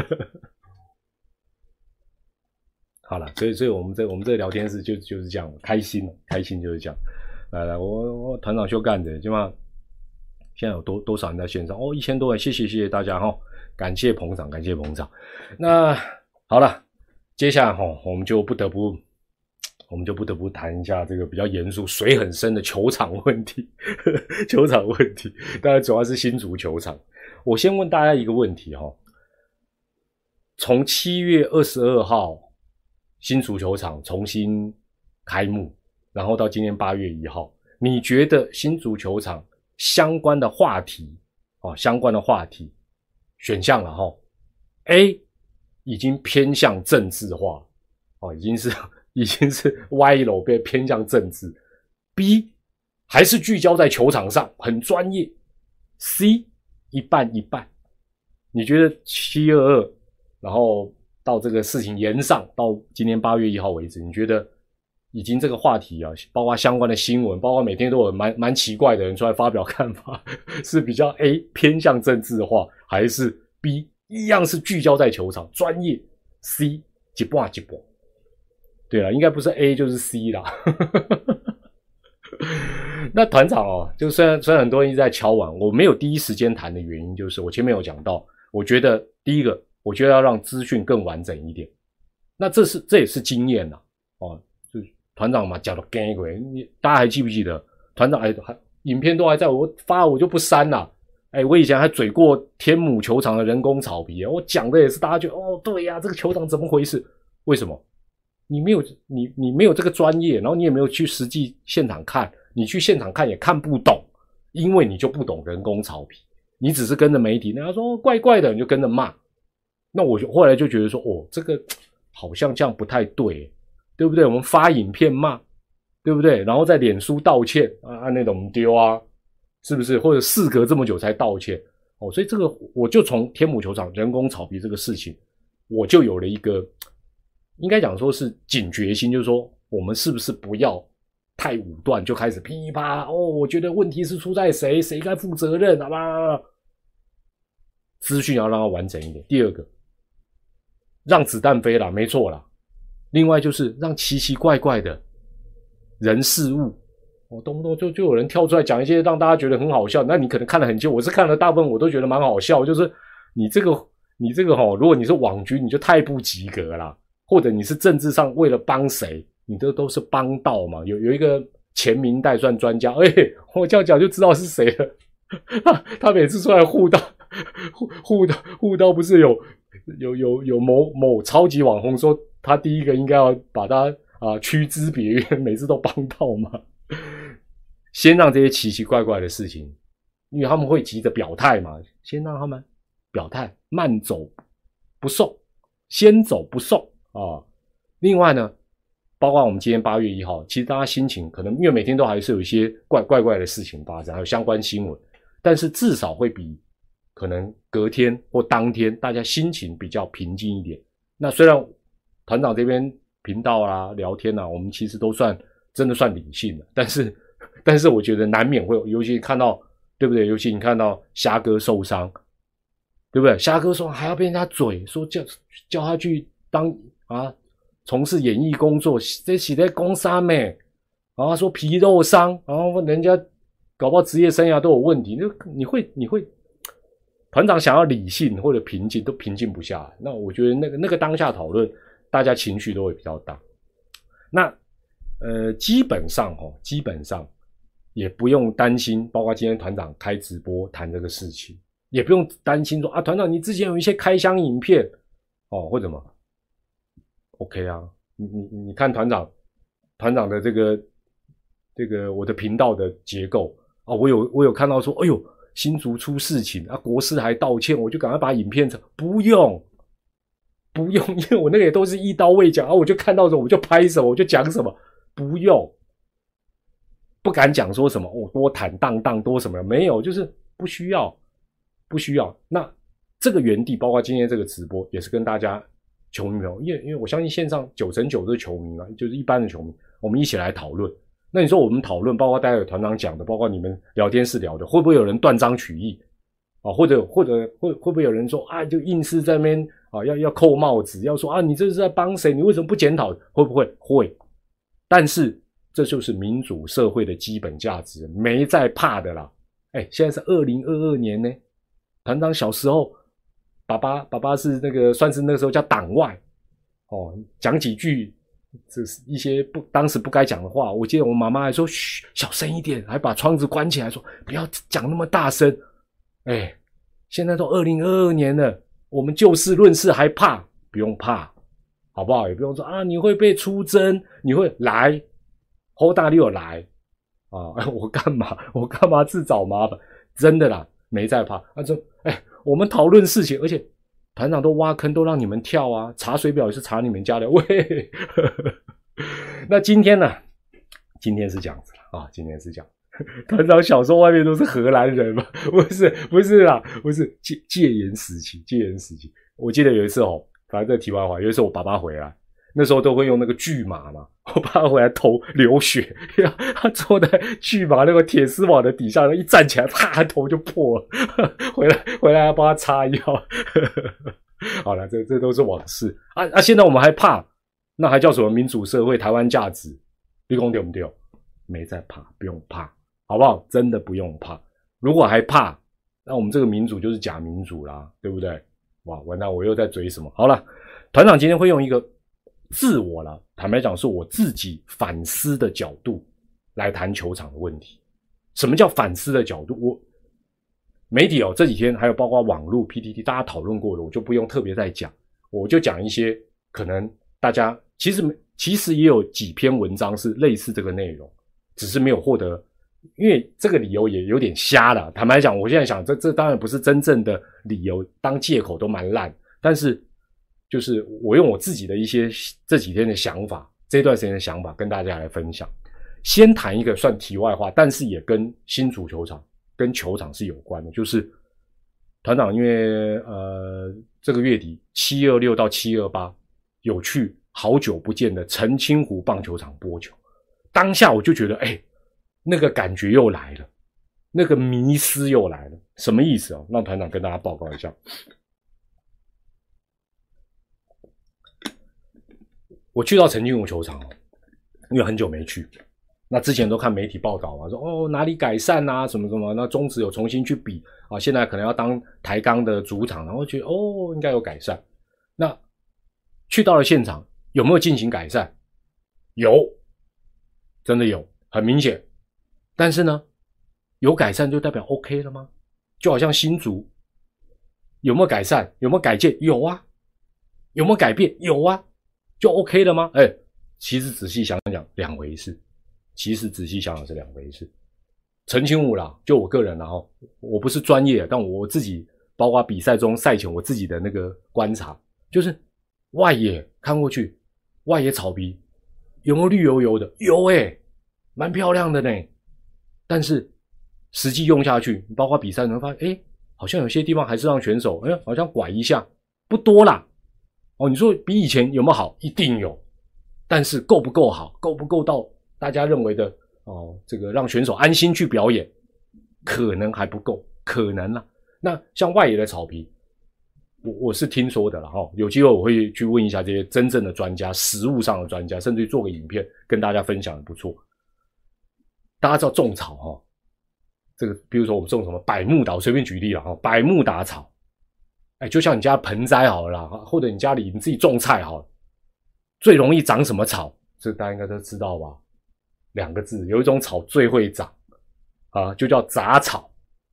好了，所以所以我们这我们这个聊天室就就是这样，开心开心就是这样。来来，我我团长休干的，基本上。现在有多多少人在线上？哦，一千多人，谢谢谢谢大家哈、哦，感谢捧场，感谢捧场。那好了，接下来哈、哦，我们就不得不，我们就不得不谈一下这个比较严肃、水很深的球场问题。球场问题，当然主要是新竹球场。我先问大家一个问题哈、哦，从七月二十二号新竹球场重新开幕，然后到今年八月一号，你觉得新竹球场相关的话题哦，相关的话题选项了哈、哦、，A 已经偏向政治化哦，已经是已经是歪楼被偏向政治。B 还是聚焦在球场上，很专业。C 一半一半。你觉得七二二，然后到这个事情延上到今年八月一号为止，你觉得？已经这个话题啊，包括相关的新闻，包括每天都有蛮蛮奇怪的人出来发表看法，是比较 A 偏向政治化，还是 B 一样是聚焦在球场专业 C 一半一半？对了，应该不是 A 就是 C 啦。那团长哦，就虽然虽然很多人一直在敲碗，我没有第一时间谈的原因就是我前面有讲到，我觉得第一个，我觉得要让资讯更完整一点。那这是这也是经验啦，哦。团长嘛讲的干鬼，你大家还记不记得？团长哎，还影片都还在我发，我就不删啦。哎，我以前还嘴过天母球场的人工草皮，我讲的也是大家觉得哦，对呀、啊，这个球场怎么回事？为什么？你没有你你没有这个专业，然后你也没有去实际现场看，你去现场看也看不懂，因为你就不懂人工草皮，你只是跟着媒体，人家说、哦、怪怪的，你就跟着骂。那我就后来就觉得说，哦，这个好像这样不太对。对不对？我们发影片骂，对不对？然后在脸书道歉啊，按那种丢啊，是不是？或者事隔这么久才道歉哦，所以这个我就从天母球场人工草皮这个事情，我就有了一个应该讲说是警觉心，就是说我们是不是不要太武断，就开始噼啪哦，我觉得问题是出在谁，谁该负责任，好吧？资讯要让它完整一点。第二个，让子弹飞啦，没错啦。另外就是让奇奇怪怪的人事物，我、哦、动不动就就有人跳出来讲一些让大家觉得很好笑，那你可能看了很久，我是看了大部分我都觉得蛮好笑，就是你这个你这个齁，如果你是网军，你就太不及格啦，或者你是政治上为了帮谁，你这都是帮倒嘛。有有一个前明代算专家，哎、欸，我这样讲就知道是谁了。他他每次出来护刀护护刀护刀，不是有有有有某某超级网红说。他第一个应该要把他啊驱之别院，每次都帮到嘛。先让这些奇奇怪怪的事情，因为他们会急着表态嘛，先让他们表态，慢走不送，先走不送啊。另外呢，包括我们今天八月一号，其实大家心情可能因为每天都还是有一些怪怪怪的事情发生，还有相关新闻，但是至少会比可能隔天或当天大家心情比较平静一点。那虽然团长这边频道啊聊天啊，我们其实都算真的算理性的，但是但是我觉得难免会有，尤其看到对不对？尤其你看到虾哥受伤，对不对？虾哥说还要被人家嘴说叫叫他去当啊从事演艺工作，这是在攻杀咩？然后他说皮肉伤，然后人家搞不好职业生涯都有问题，你会你会团长想要理性或者平静都平静不下来。那我觉得那个那个当下讨论，大家情绪都会比较大。那呃基本上齁，基本上也不用担心，包括今天团长开直播谈这个事情，也不用担心说啊团长你之前有一些开箱影片哦或者什么 OK 啊，你你你看团长团长的这个这个我的频道的结构啊，我有我有看到说哎呦新竹出事情啊，国师还道歉，我就赶快把影片不用不用，因为我那个也都是一刀未讲啊，我就看到什么我就拍什么我就讲什么，不用，不敢讲说什么哦多坦荡荡多什么，没有，就是不需要不需要。那这个原地包括今天这个直播也是跟大家球迷朋友，因为因为我相信线上九成九都是球迷嘛，就是一般的球迷，我们一起来讨论。那你说我们讨论，包括待会团长讲的，包括你们聊天室聊的，会不会有人断章取义啊？或者或者会会不会有人说啊，就硬是在那边啊要要扣帽子，要说啊你这是在帮谁？你为什么不检讨？会不会？会。但是这就是民主社会的基本价值，没在怕的啦。哎，现在是二零二二年呢，团长小时候，爸爸爸爸是那个算是那个时候叫党外哦，讲几句。这是一些不当时不该讲的话，我记得我妈妈还说嘘小声一点，还把窗子关起来说不要讲那么大声。哎，现在都二零二二年了，我们就事论事还怕？不用怕，好不好？也不用说啊你会被出征，你会来侯大力有来啊我干嘛我干嘛自找麻烦？真的啦，没在怕。他说哎我们讨论事情，而且团长都挖坑都让你们跳啊，查水表也是查你们家的。喂那今天呢，今天是这样子了啊，今天是这样。团长小时候外面都是荷兰人嘛，不是不是啦，不是戒戒严时期，戒严时期。我记得有一次哦，反正这题外话，有一次我爸爸回来，那时候都会用那个巨马嘛，我爸爸回来头流血，他坐在巨马那个铁丝网的底下，一站起来，啪，头就破了。回来回来要帮他擦药。好了，这这都是往事啊啊！现在我们还怕，那还叫什么民主社会、台湾价值？你说对不对？没在怕，不用怕，好不好？真的不用怕。如果还怕，那我们这个民主就是假民主啦，对不对？哇，完蛋，我又在追什么？好了，团长今天会用一个自我啦，坦白讲是我自己反思的角度来谈球场的问题。什么叫反思的角度？我媒体哦，这几天还有包括网络 P T T 大家讨论过的，我就不用特别再讲，我就讲一些可能大家其实其实也有几篇文章是类似这个内容，只是没有获得，因为这个理由也有点瞎了。坦白讲，我现在想这这当然不是真正的理由，当借口都蛮烂，但是就是我用我自己的一些这几天的想法，这段时间的想法跟大家来分享。先谈一个算题外话，但是也跟新竹球场跟球场是有关的，就是团长因为呃这个月底七二六到七二八有去好久不见的澄清湖棒球场播球，当下我就觉得哎，那个感觉又来了，那个迷思又来了。什么意思哦？让团长跟大家报告一下。我去到澄清湖球场哦，因为很久没去，那之前都看媒体报道啊，说哦哪里改善啊什么什么，那中职有重新去比啊，现在可能要当台钢的主场，然后觉得哦应该有改善。那去到了现场有没有进行改善？有，真的有，很明显。但是呢，有改善就代表 OK 了吗？就好像新竹有没有改善？有没有改建？有啊。有没有改变？有啊。就 OK 了吗？哎，其实仔细想想两回事。其实仔细想想是两回事。澄清湖啦，就我个人啦齁，我不是专业，但我自己包括比赛中赛前我自己的那个观察，就是外野看过去，外野草皮有没有绿油油的？有诶、欸、蛮漂亮的呢。但是实际用下去，包括比赛，你会发现，诶，好像有些地方还是让选手，诶，好像拐一下，不多啦。哦，你说比以前有没有好？一定有，但是够不够好？够不够到大家认为的哦？这个让选手安心去表演，可能还不够，可能啦。那像外野的草皮，我我是听说的啦哈，有机会我会去问一下这些真正的专家，实务上的专家，甚至做个影片跟大家分享，不错。大家知道种草哈，这个比如说我们种什么百慕达，我随便举例了哈，百慕达草，哎，就像你家盆栽好了啦，或者你家里你自己种菜好了，最容易长什么草？这大家应该都知道吧？两个字，有一种草最会长啊，就叫杂草。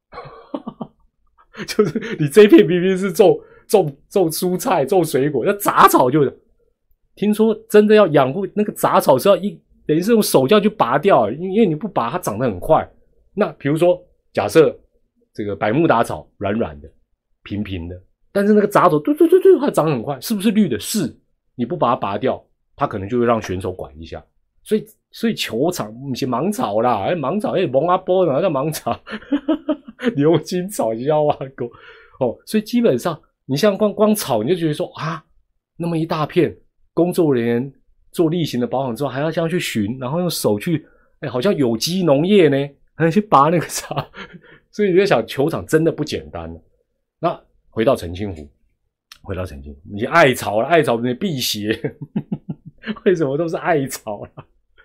就是你这一片明明是种种种蔬菜、种水果，那杂草就听说真的要养护那个杂草是要一等于是用手就去拔掉，因为你不拔它长得很快。那比如说假设这个百慕达草软软的、平平的，但是那个杂草嘟嘟嘟嘟它长得很快，是不是绿的？是，你不把它拔掉，它可能就会让选手管一下。所以所以球场不是芒草啦，哎芒草哎蒙阿波哪叫芒草？牛筋草就要挖沟哦，所以基本上你像光光草，你就觉得说啊，那么一大片，工作人员做例行的保养之后，还要这样去巡，然后用手去，哎，好像有机农业呢，还要去拔那个草，所以你在想，球场真的不简单。那回到澄清湖，回到澄清湖，你艾草了，艾草你辟邪，为什么都是艾草啦？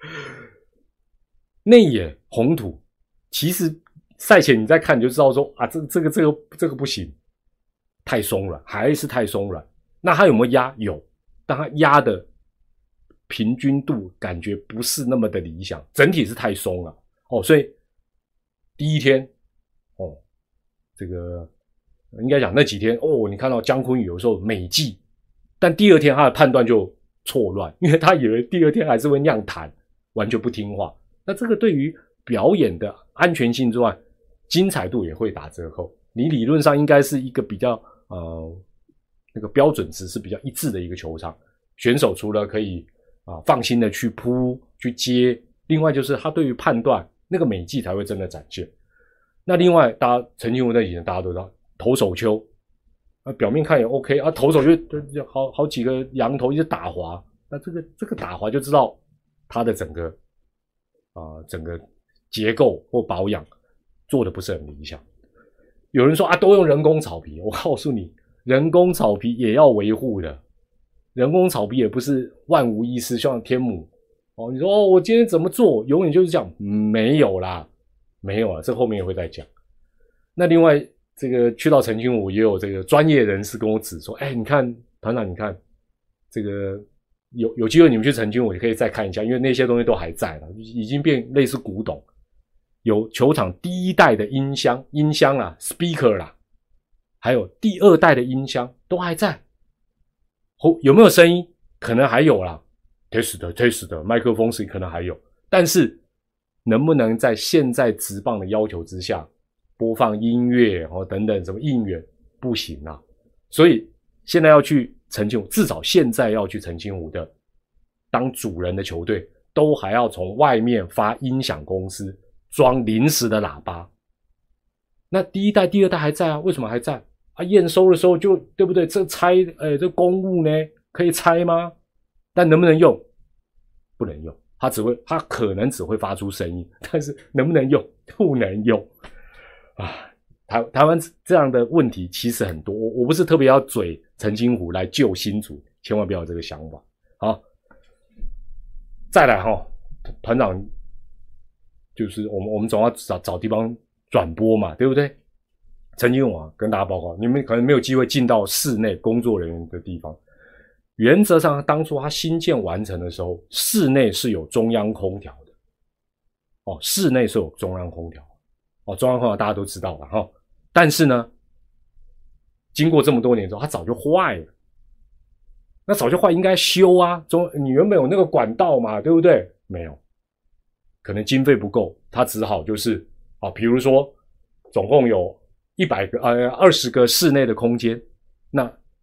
内野红土，其实。赛前你再看你就知道说啊，这这个这个这个不行，太松软，还是太松软。那它有没有压？有，但它压的平均度感觉不是那么的理想，整体是太松了哦。所以第一天哦，这个应该讲那几天哦，你看到姜昆宇有时候美技，但第二天他的判断就错乱，因为他以为第二天还是会酿痰，完全不听话。那这个对于表演的安全性之外，精彩度也会打折扣。你理论上应该是一个比较呃那个标准值是比较一致的一个球场，选手除了可以啊、呃、放心的去扑去接，另外就是他对于判断那个美技才会真的展现。那另外大家澄清湖那几年大家都知道投手丘，啊表面看也 OK 啊，投手就就好好几个羊头一直打滑，那这个这个打滑就知道他的整个啊、呃、整个结构或保养做的不是很理想。有人说啊，都用人工草皮，我告诉你，人工草皮也要维护的，人工草皮也不是万无一失，像天母哦，你说哦，我今天怎么做，永远就是这样，嗯、没有啦，没有啦，这后面也会再讲。那另外，这个去到澄清湖也有这个专业人士跟我指说，哎，你看团长，你看这个有有机会你们去澄清湖也可以再看一下，因为那些东西都还在了，已经变类似古董。有球场第一代的音箱，音箱啦 ，speaker 啦，还有第二代的音箱都还在。哦，有没有声音？可能还有啦 ，test 的 test 的麦克风是可能还有，但是能不能在现在职棒的要求之下播放音乐哦等等什么应援不行啊？所以现在要去澄清湖，至少现在要去澄清湖的当主人的球队，都还要从外面发音响公司。装临时的喇叭，那第一代、第二代还在啊？为什么还在啊？验收的时候就对不对？这拆，哎，这公务呢可以拆吗？但能不能用？不能用，它只会，它可能只会发出声音，但是能不能用？不能用啊！台台湾这样的问题其实很多，我我不是特别要嘴澄清湖来救新竹，千万不要有这个想法。好，再来哈，团长。就是我们我们总要找找地方转播嘛，对不对？澄清湖啊，跟大家报告，你们可能没有机会进到室内工作人员的地方。原则上，当初它新建完成的时候，室内是有中央空调的。哦，室内是有中央空调。哦，中央空调大家都知道了哈。但是呢，经过这么多年之后，它早就坏了。那早就坏，应该修啊。中你原本有那个管道嘛，对不对？没有。可能经费不够，他只好就是啊，比如说总共有一百个呃二十个室内的空间，那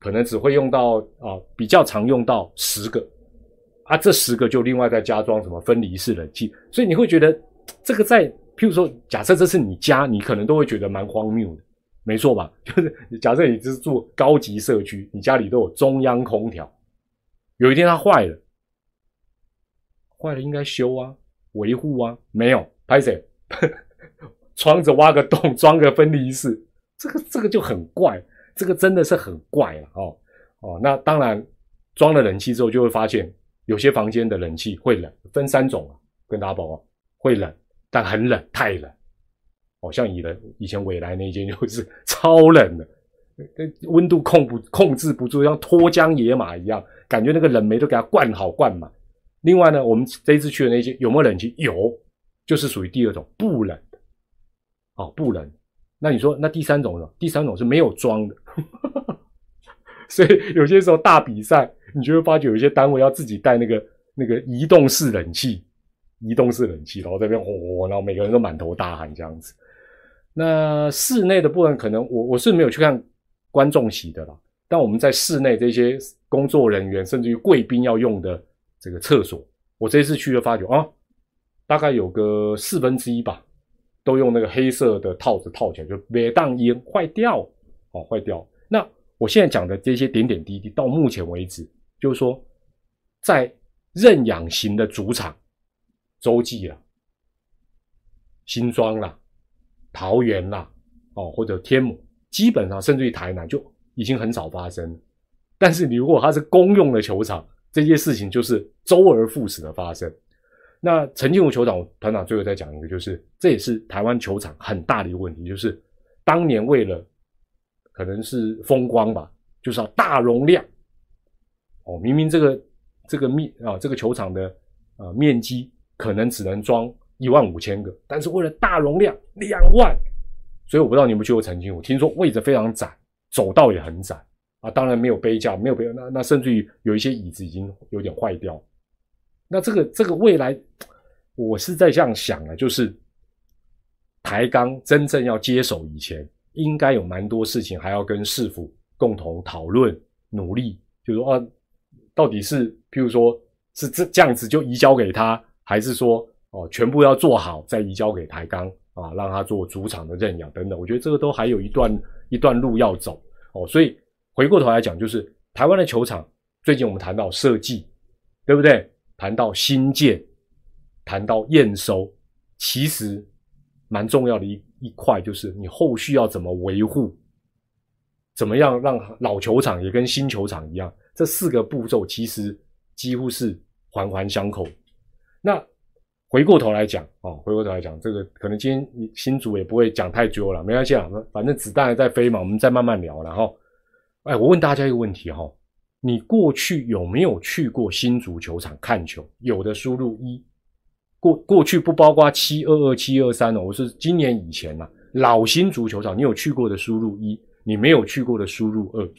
可能只会用到啊，比较常用到十个啊，这十个就另外再加装什么分离式冷气，所以你会觉得这个在譬如说，假设这是你家，你可能都会觉得蛮荒谬的，没错吧？就是假设你是住高级社区，你家里都有中央空调，有一天它坏了，坏了应该修啊，维护啊，没有，拍谁？窗子挖个洞，装个分离式，这个这个就很怪。这个真的是很怪了哦哦，那当然装了冷气之后就会发现有些房间的冷气会冷，分三种啊，跟大家报告，会冷，但很冷，太冷。哦，像以前以前未来那间就是超冷的，温度控不控制不住，像脱缰野马一样，感觉那个冷媒都给它灌好灌满。另外呢，我们这一次去的那些有没有冷气？有，就是属于第二种不冷的，哦，不冷。那你说，那第三种呢？第三种是没有装的，所以有些时候大比赛，你就会发觉有一些单位要自己带那个那个移动式冷气，移动式冷气，然后这边吼，然后每个人都满头大汗这样子。那室内的部分，可能我我是没有去看观众席的啦，但我们在室内这些工作人员甚至于贵宾要用的这个厕所，我这次去了发觉啊，大概有个四分之一吧。都用那个黑色的套子套起来，就别当烟坏掉，哦，坏掉。那我现在讲的这些点点滴滴，到目前为止，就是说，在认养型的主场，洲际啦、新庄啦、桃园啦，哦，或者天母，基本上甚至于台南就已经很少发生。但是你如果它是公用的球场，这些事情就是周而复始的发生。那陈金湖球场，团长最后再讲一个，就是这也是台湾球场很大的一个问题，就是当年为了可能是风光吧，就是要大容量哦，明明这个这个面啊这个球场的呃面积可能只能装一万五千个，但是为了大容量两万，所以我不知道你们去过陈金湖，听说位置非常窄，走道也很窄啊，当然没有杯架，没有杯架，那那甚至于有一些椅子已经有点坏掉。那这个这个未来，我是在这样想啊，就是台钢真正要接手以前，应该有蛮多事情还要跟市府共同讨论、努力，就是说啊，到底是譬如说是这这样子就移交给他，还是说哦全部要做好再移交给台钢啊，让他做主场的认养等等，我觉得这个都还有一段一段路要走哦。所以回过头来讲，就是台湾的球场，最近我们谈到设计，对不对？谈到新建，谈到验收，其实蛮重要的一一块就是你后续要怎么维护，怎么样让老球场也跟新球场一样，这四个步骤其实几乎是环环相扣。那回过头来讲哦，回过头来讲，这个可能今天新竹也不会讲太久了，没关系啦，反正子弹还在飞嘛，我们再慢慢聊啦齁。哎，我问大家一个问题齁，你过去有没有去过新竹球场看球？有的输入一，过过去不包括七二二、七二三哦，我是今年以前啊，老新竹球场你有去过的输入一，你没有去过的输入二。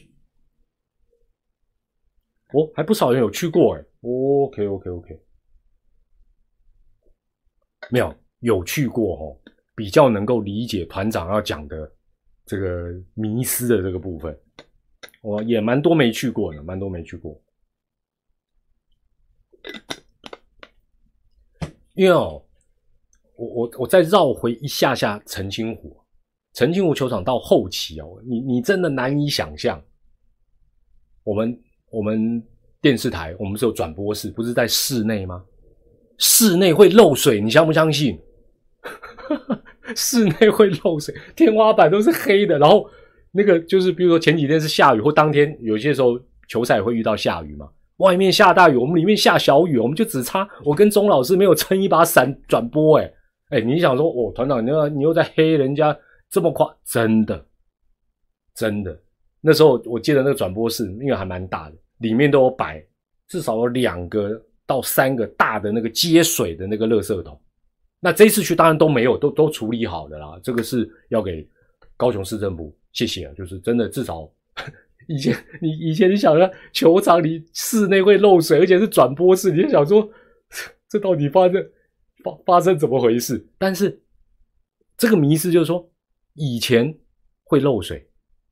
哦，还不少人有去过诶 OK OK OK， 没有有去过哦，比较能够理解团长要讲的这个迷思的这个部分。我也蛮多没去过的，蛮多没去过。因为哦，我我我再绕回一下下澄清湖，澄清湖球场到后期哦，你你真的难以想象，我们我们电视台我们是有转播室，不是在室内吗？室内会漏水，你相不相信？室内会漏水，天花板都是黑的，然后那个就是比如说前几天是下雨，或当天有些时候球赛也会遇到下雨嘛，外面下大雨，我们里面下小雨，我们就只差我跟钟老师没有撑一把伞转播。诶诶你想说哦，团长你又你又在黑人家这么夸，真的真的，那时候我记得那个转播室因为还蛮大的，里面都有摆至少有两个到三个大的那个接水的那个垃圾桶，那这一次去当然都没有，都都处理好了啦，这个是要给高雄市政府谢谢啊，就是真的至少以前你以前你想说球场里室内会漏水，而且是转播室，你就想说这到底发生发发生怎么回事？但是这个迷思就是说以前会漏水，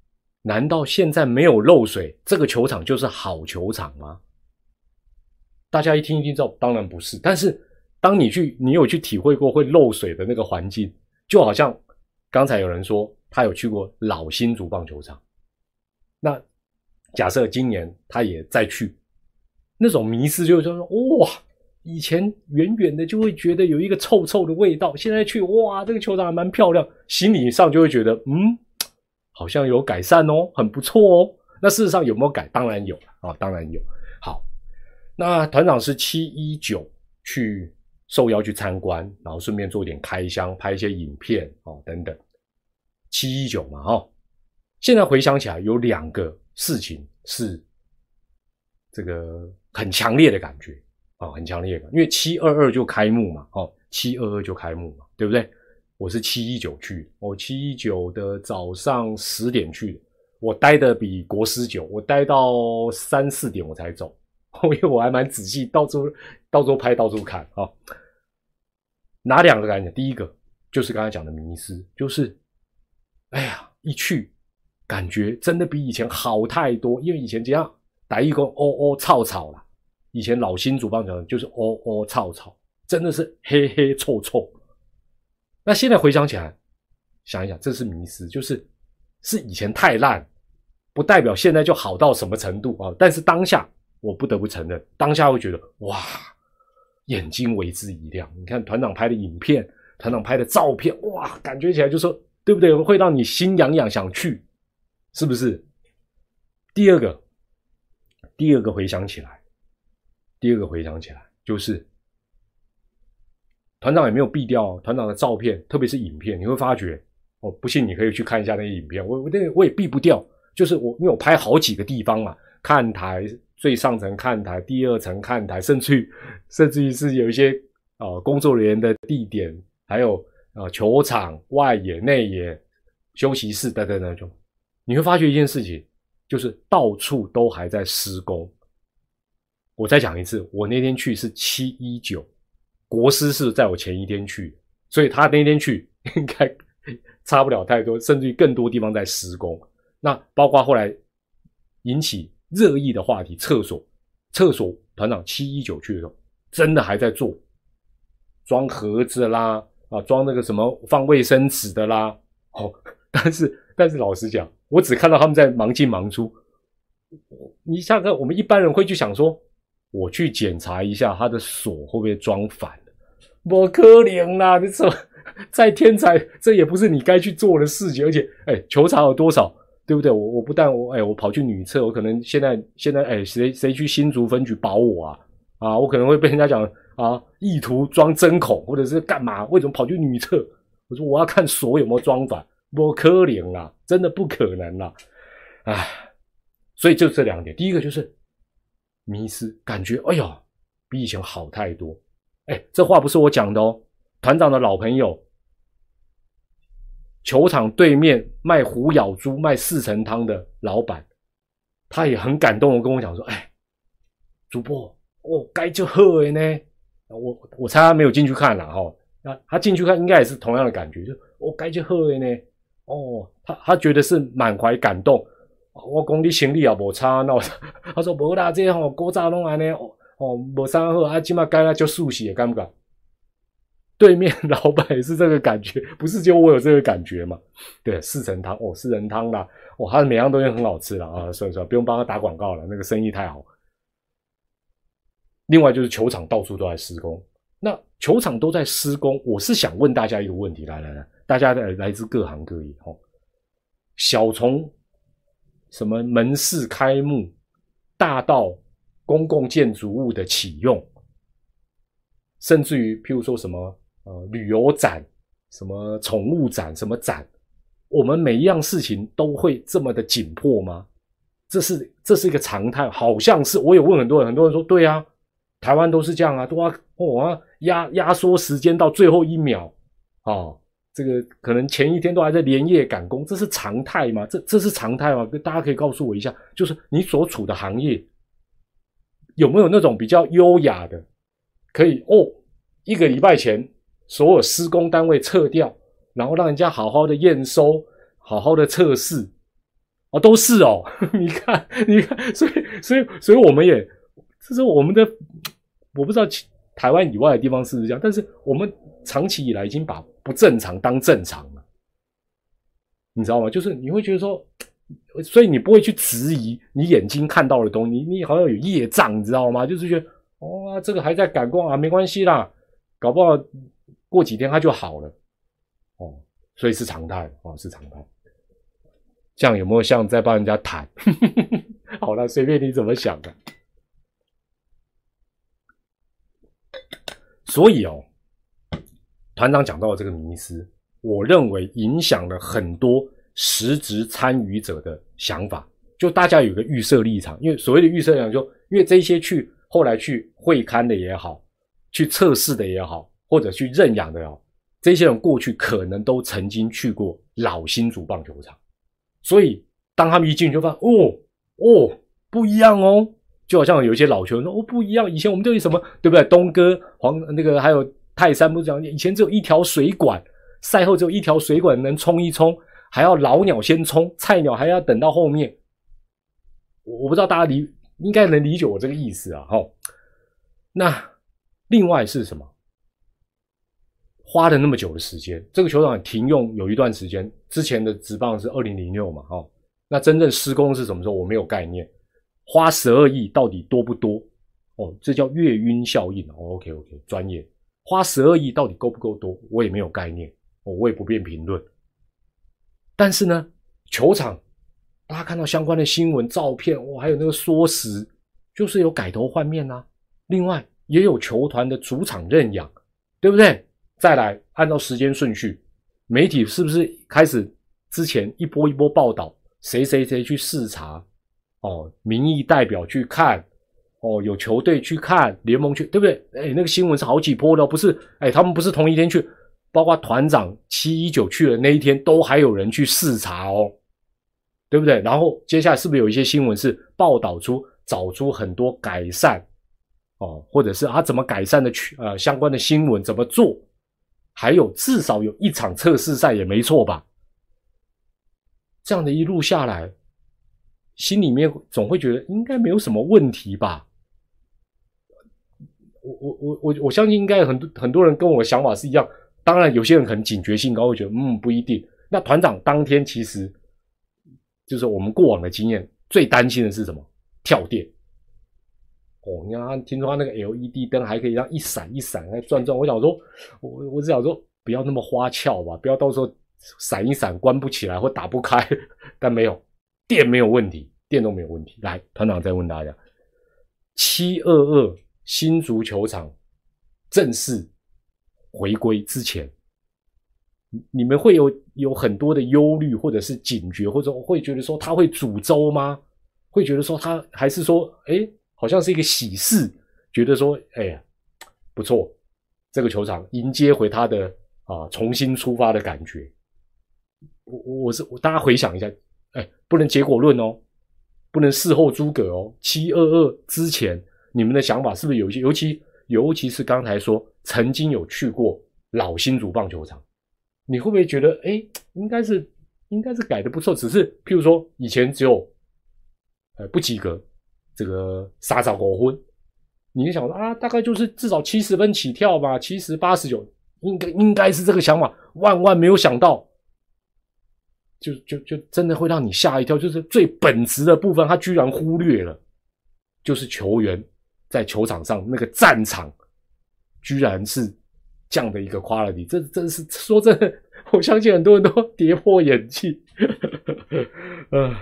难道现在没有漏水，这个球场就是好球场吗？大家一听一听知道，当然不是。但是当你去，你有去体会过会漏水的那个环境，就好像刚才有人说他有去过老新竹棒球场，那假设今年他也再去，那种迷思就是说，哇，以前远远的就会觉得有一个臭臭的味道，现在去，哇，这个球场还蛮漂亮，心理上就会觉得，嗯，好像有改善哦，很不错哦。那事实上有没有改？当然有啊，当然有。好，那团长是七一九去受邀去参观，然后顺便做一点开箱，拍一些影片哦等等。七一九嘛，哦，现在回想起来，有两个事情是这个很强烈的感觉啊、哦，很强烈的感觉，因为七二二就开幕嘛，哦，七二二就开幕嘛，对不对？我是七一九去的，我七一九的早上十点去的，我待的比国师久，我待到三四点我才走，因为我还蛮仔细，到处到处拍，到处看啊、哦。哪两个感觉？第一个就是刚才讲的迷思，就是哎呀，一去感觉真的比以前好太多，因为以前这样打一个哦哦臭臭啦，以前老新竹棒球就是哦哦臭臭，真的是黑黑臭臭。那现在回想起来，想一想，这是迷思，就是是以前太烂，不代表现在就好到什么程度啊。但是当下我不得不承认，当下会觉得哇，眼睛为之一亮。你看团长拍的影片，团长拍的照片，哇，感觉起来就说，对不对？会让你心痒痒想去，是不是？第二个，第二个回想起来，第二个回想起来就是。团长也没有避掉团长的照片，特别是影片，你会发觉，哦，不信你可以去看一下那些影片，我我那我也避不掉，就是我因为我拍好几个地方嘛，看台最上层看台，第二层看台，甚至于甚至于是有一些啊、呃、工作人员的地点，还有啊、呃、球场外野、内野、休息室等等等等，你会发觉一件事情，就是到处都还在施工。我再讲一次，我那天去是七一九。国师是在我前一天去，所以他那天去应该差不了太多，甚至于更多地方在施工。那包括后来引起热议的话题，厕所，厕所团长七一九去的时候，真的还在做，装盒子啦，啊，装那个什么放卫生纸的啦，哦，但是但是老实讲，我只看到他们在忙进忙出。你下个我们一般人会去想说，我去检查一下他的锁会不会装反。不可能啦！这什么再天才，这也不是你该去做的事情。而且，哎，球场有多少，对不对？我我不但我哎，我跑去女厕，我可能现在现在哎，谁谁去新竹分局保我啊？啊，我可能会被人家讲啊，意图装针孔，或者是干嘛？为什么跑去女厕？我说我要看锁有没有装反，不可能啦，真的不可能啦！哎，所以就这两点，第一个就是迷思，感觉哎呦，比以前好太多。哎，这话不是我讲的哦，团长的老朋友，球场对面卖虎咬猪、卖四神汤的老板，他也很感动的跟我讲说：“哎，主播，哦，该就好的呢。”我我猜他没有进去看啦，哈、哦，那他进去看应该也是同样的感觉，就哦，该就好的呢。哦，他他觉得是满怀感动。我讲你行李也无差，那我他说无啦，这吼古早拢安尼。哦，没啥好啊，今嘛该他就熟悉，敢不敢？对面老板也是这个感觉，不是就我有这个感觉嘛？对，四神汤哦，四神汤啦，哦，他的每样东西很好吃啦啊，算了算了，不用帮他打广告了，那个生意太好。另外就是球场到处都在施工，那球场都在施工，我是想问大家一个问题，来来来，大家来自各行各业哦，小从什么门市开幕，大到公共建筑物的启用，甚至于譬如说什么呃旅游展、什么宠物展、什么展，我们每一样事情都会这么的紧迫吗？这是这是一个常态，好像是。我有问很多人，很多人说对啊，台湾都是这样啊，都要哦压压缩时间到最后一秒啊、哦，这个可能前一天都还在连夜赶工，这是常态吗？这这是常态吗？大家可以告诉我一下，就是你所处的行业。有没有那种比较优雅的，可以哦，一个礼拜前所有施工单位撤掉，然后让人家好好的验收，好好的测试， 哦，都是哦，你看，你看，所以，所以，所以我们也，这是我们的，我不知道台湾以外的地方是不是这样，但是我们长期以来已经把不正常当正常了，你知道吗？就是你会觉得说，所以你不会去质疑你眼睛看到的东西，你好像有业障，你知道吗？就是觉得，哦，这个还在感光啊，没关系啦，搞不好过几天它就好了，哦，所以是常态，哦，是常态。这样有没有像在帮人家谈？好了，随便你怎么想的。所以哦，团长讲到的这个迷思，我认为影响了很多实质参与者的想法。就大家有一个预设立场，因为所谓的预设立场就，因为这些去后来去会勘的也好，去测试的也好，或者去认养的也好，这些人过去可能都曾经去过老新竹棒球场。所以当他们一进去就发现，哦哦不一样哦，就好像有一些老球员说，哦不一样，以前我们这里什么对不对？东哥黄那个还有泰山不是讲，以前只有一条水管，赛后只有一条水管能冲一冲，还要老鸟先冲，菜鸟还要等到后面。我不知道大家理应该能理解我这个意思啊，齁。那另外是什么？花了那么久的时间，这个球场停用有一段时间，之前的职棒是二零零六嘛，齁。那真正施工是什么时候？我没有概念。花十二亿到底多不多？哦，这叫月晕效应。哦 OK OK， 专业。花十二亿到底够不够多？我也没有概念，哦，我也不便评论。但是呢，球场大家看到相关的新闻、照片，哇，还有那个缩时，就是有改头换面啊。另外也有球团的主场认养，对不对？再来按照时间顺序，媒体是不是开始之前一波一波报道，谁谁谁去视察，哦，民意代表去看，哦，有球队去看，联盟去，对不对？哎，那个新闻是好几波的，不是？哎，他们不是同一天去，包括团长七一九去的那一天，都还有人去视察哦，对不对？然后接下来是不是有一些新闻是报道出找出很多改善，哦，或者是他怎么改善的呃相关的新闻怎么做？还有至少有一场测试赛也没错吧？这样的一路下来，心里面总会觉得应该没有什么问题吧？我我我我我相信应该很多很多人跟我的想法是一样。当然，有些人可能警觉性高，会觉得嗯不一定。那团长当天其实就是我们过往的经验，最担心的是什么？跳电。哦，你看，听说他那个 L E D 灯还可以让一闪一闪还转转。我想说，我我只想说不要那么花俏吧，不要到时候闪一闪关不起来或打不开。但没有，电没有问题，电都没有问题。来，团长再问大家，七二二新竹球场正式回归之前，你们会有有很多的忧虑，或者是警觉，或者会觉得说他会煮粥吗？会觉得说他还是说，诶好像是一个喜事，觉得说，哎呀，不错，这个球场迎接回他的啊重新出发的感觉。我我是我大家回想一下，哎，不能结果论哦，不能事后诸葛哦。七二二之前，你们的想法是不是有一些？尤其尤其是刚才说曾经有去过老新竹棒球场，你会不会觉得，哎，应该是应该是改的不错，只是譬如说以前只有呃不及格。这个三十五分，你就想说啊，大概就是至少七十分起跳吧，七十、八十九，应该应该是这个想法。万万没有想到，就就就真的会让你吓一跳，就是最本质的部分，他居然忽略了，就是球员在球场上那个战场，居然是这样的一个 quality， 这真是说真的，我相信很多人都跌破眼镜。呃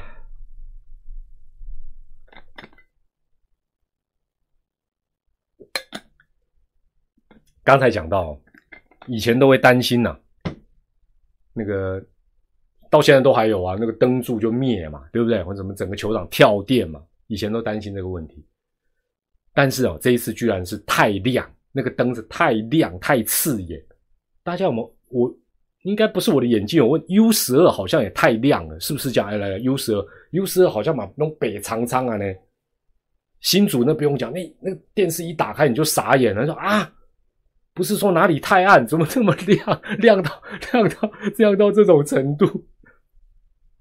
刚才讲到，以前都会担心呐、啊，那个到现在都还有啊，那个灯柱就灭嘛，对不对？或者什么整个球场跳电嘛，以前都担心这个问题。但是哦，这一次居然是太亮，那个灯是太亮太刺眼。大家有没有？我应该不是我的眼睛有问 U 十二 好像也太亮了，是不是这样？来来来 U 十二 U 十二 好像嘛那种北长长啊呢。新竹那不用讲，那那个电视一打开你就傻眼了，说啊。不是说哪里太暗，怎么这么亮？亮到亮到亮到这种程度？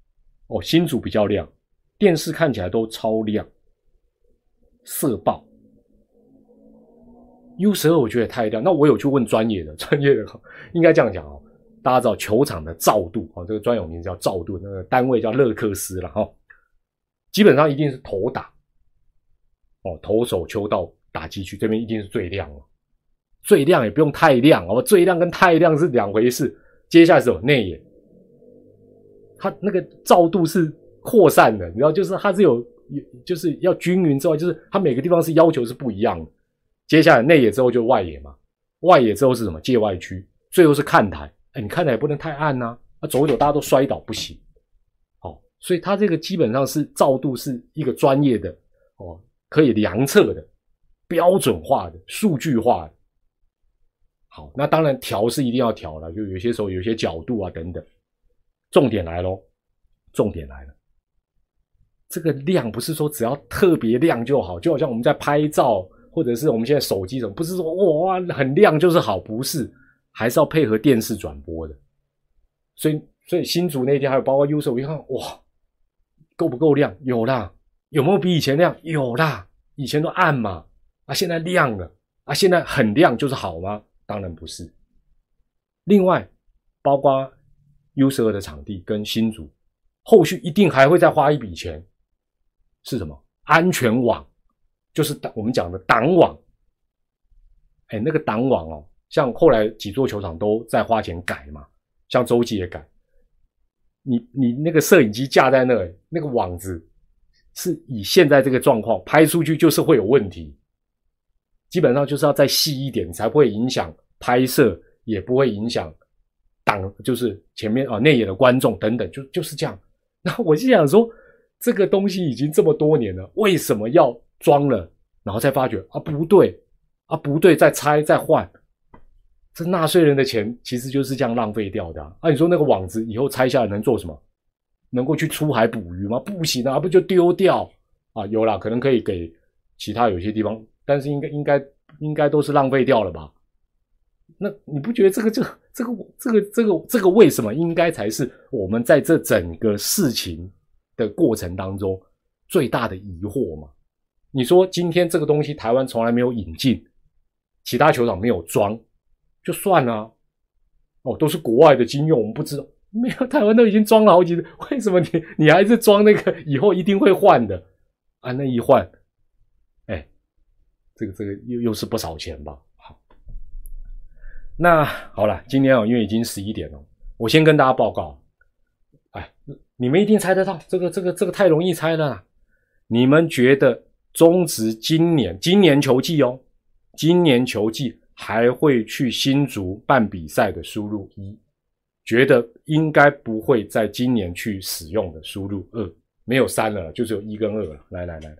哦，新竹比较亮，电视看起来都超亮，色爆。U 十二 我觉得太亮，那我有去问专业的，专业的应该这样讲哦。大家知道球场的照度哦，这个专有名字叫照度，那个单位叫勒克斯啦哈、哦。基本上一定是投打哦，投手球到打击区这边一定是最亮哦，最亮也不用太亮哦，最亮跟太亮是两回事。接下来是有内野，它那个照度是扩散的，你知道，就是它是有，就是要均匀之外，就是它每个地方是要求是不一样的。接下来内野之后就外野嘛，外野之后是什么？界外区，最后是看台。哎，你看台也不能太暗啊，啊走一走大家都摔倒不行。好、哦，所以它这个基本上是照度是一个专业的哦，可以量测的、标准化的、数据化的。好，那当然调是一定要调了，就有些时候有些角度啊等等。重点来咯，重点来了，这个亮不是说只要特别亮就好，就好像我们在拍照或者是我们现在手机什么，不是说哇很亮就是好，不是，还是要配合电视转播的。所以所以新竹那天还有包括 U 十二，我一看哇，够不够亮？有啦。有没有比以前亮？有啦。以前都暗嘛，啊现在亮了，啊现在很亮就是好吗？当然不是。另外包括 U 十二 的场地跟新竹后续一定还会再花一笔钱，是什么？安全网，就是我们讲的挡网。哎，那个挡网哦，像后来几座球场都在花钱改嘛，像洲际也改。你你那个摄影机架在那里，那个网子是以现在这个状况拍出去就是会有问题，基本上就是要再细一点，才不会影响拍摄，也不会影响挡，就是前面啊内野的观众等等，就就是这样。那我就想说，这个东西已经这么多年了，为什么要装了，然后再发觉啊不对啊不对，再拆再换，这纳税人的钱其实就是这样浪费掉的啊。啊你说那个网子以后拆下来能做什么？能够去出海捕鱼吗？不行啊，不就丢掉啊？有啦，可能可以给其他有些地方，但是应该应该应该都是浪费掉了吧？那你不觉得这个这个这个这个这个这个为什么应该才是我们在这整个事情的过程当中最大的疑惑吗？你说今天这个东西台湾从来没有引进，其他球场没有装，就算了啊。哦，都是国外的经用，我们不知道。没有，台湾都已经装了好几次，为什么你你还是装那个以后一定会换的啊？那一换，哎，这个这个又又是不少钱吧？好，那好了，今天哦，因为已经十一点了，我先跟大家报告，哎，你们一定猜得到，这个这个这个太容易猜了啦。你们觉得中职今年今年球季哦，今年球季还会去新竹办比赛的输入一？觉得应该不会在今年去使用的输入二，没有三了，就只有一跟二了。来来来，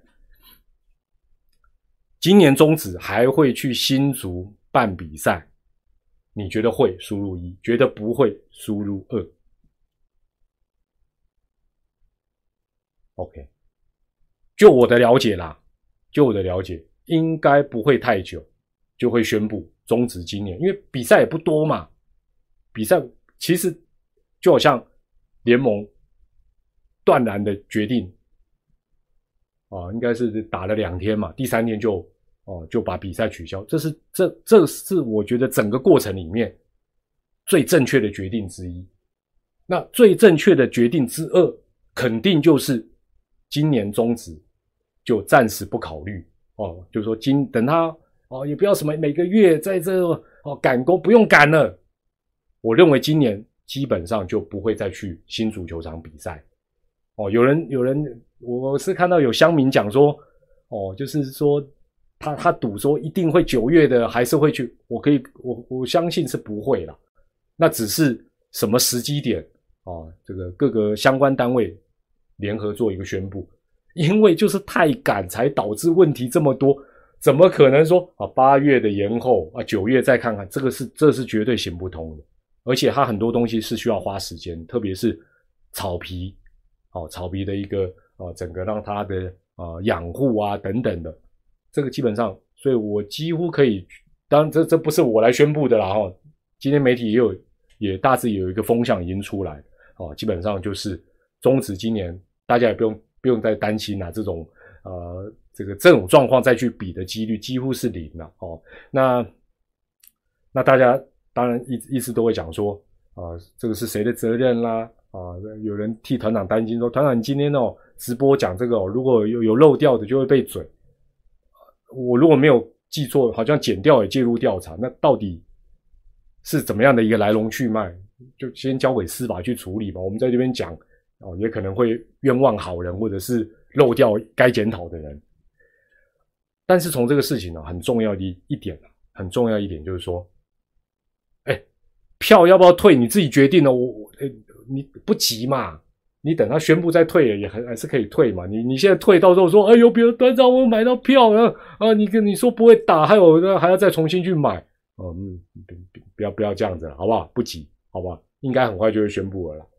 今年中职还会去新竹办比赛，你觉得会输入一，觉得不会输入二。OK， 就我的了解啦，就我的了解，应该不会太久就会宣布中职今年，因为比赛也不多嘛，比赛。其实就好像联盟断然的决定啊，应该是打了两天嘛，第三天就哦就把比赛取消，这是这这是我觉得整个过程里面最正确的决定之一。那最正确的决定之二，肯定就是今年中职就暂时不考虑哦，就是说今等他哦也不要什么每个月在这哦赶工，不用赶了。我认为今年基本上就不会再去新竹球场比赛。哦，有人有人，我是看到有乡民讲说，哦，就是说他他赌说一定会九月的，还是会去。我可以，我我相信是不会啦。那只是什么时机点哦，这个各个相关单位联合做一个宣布，因为就是太赶才导致问题这么多。怎么可能说啊八月的延后啊九月再看看？这个是这是绝对行不通的。而且它很多东西是需要花时间，特别是草皮，哦，草皮的一个呃整个让它的呃养护啊等等的，这个基本上，所以我几乎可以，当然这这不是我来宣布的啦，哦，今天媒体也有也大致有一个风向已经出来，哦，基本上就是中职今年大家也不用不用再担心啊，这种呃这个这种状况再去比的几率几乎是零了哦。那那大家当然一一直都会讲说啊、呃，这个是谁的责任啦？啊，有人替团长担心说，团长你今天哦直播讲这个哦，如果有有漏掉的就会被嘴。我如果没有记错，好像检调也介入调查，那到底是怎么样的一个来龙去脉？就先交给司法去处理吧。我们在这边讲哦，也可能会冤枉好人，或者是漏掉该检讨的人。但是从这个事情呢，很重要的一点，很重要一点就是说，哎，票要不要退你自己决定了。我，哎，你不急嘛，你等他宣布再退也还还是可以退嘛。你你现在退，到时候说，哎呦，别团长我买到票了啊，你跟你说不会打，还有还要再重新去买。嗯，不要不要这样子了，好不好？不急，好不好？应该很快就会宣布了啦。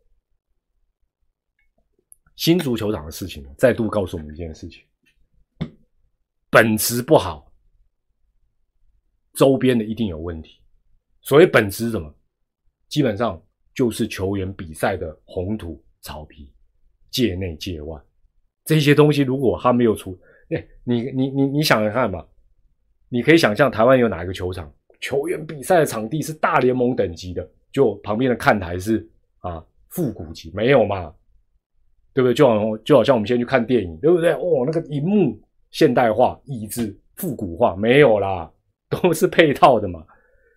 新足球场的事情再度告诉我们一件事情：本质不好，周边的一定有问题。所谓本质什么？基本上就是球员比赛的红土草皮，界内界外这些东西，如果他没有出，哎，你你你你想想看吧，你可以想象台湾有哪一个球场？球员比赛的场地是大联盟等级的，就旁边的看台是啊复古级，没有嘛？对不对？就好就好像我们先去看电影，对不对？哦，那个荧幕现代化，椅子复古化，没有啦，都是配套的嘛。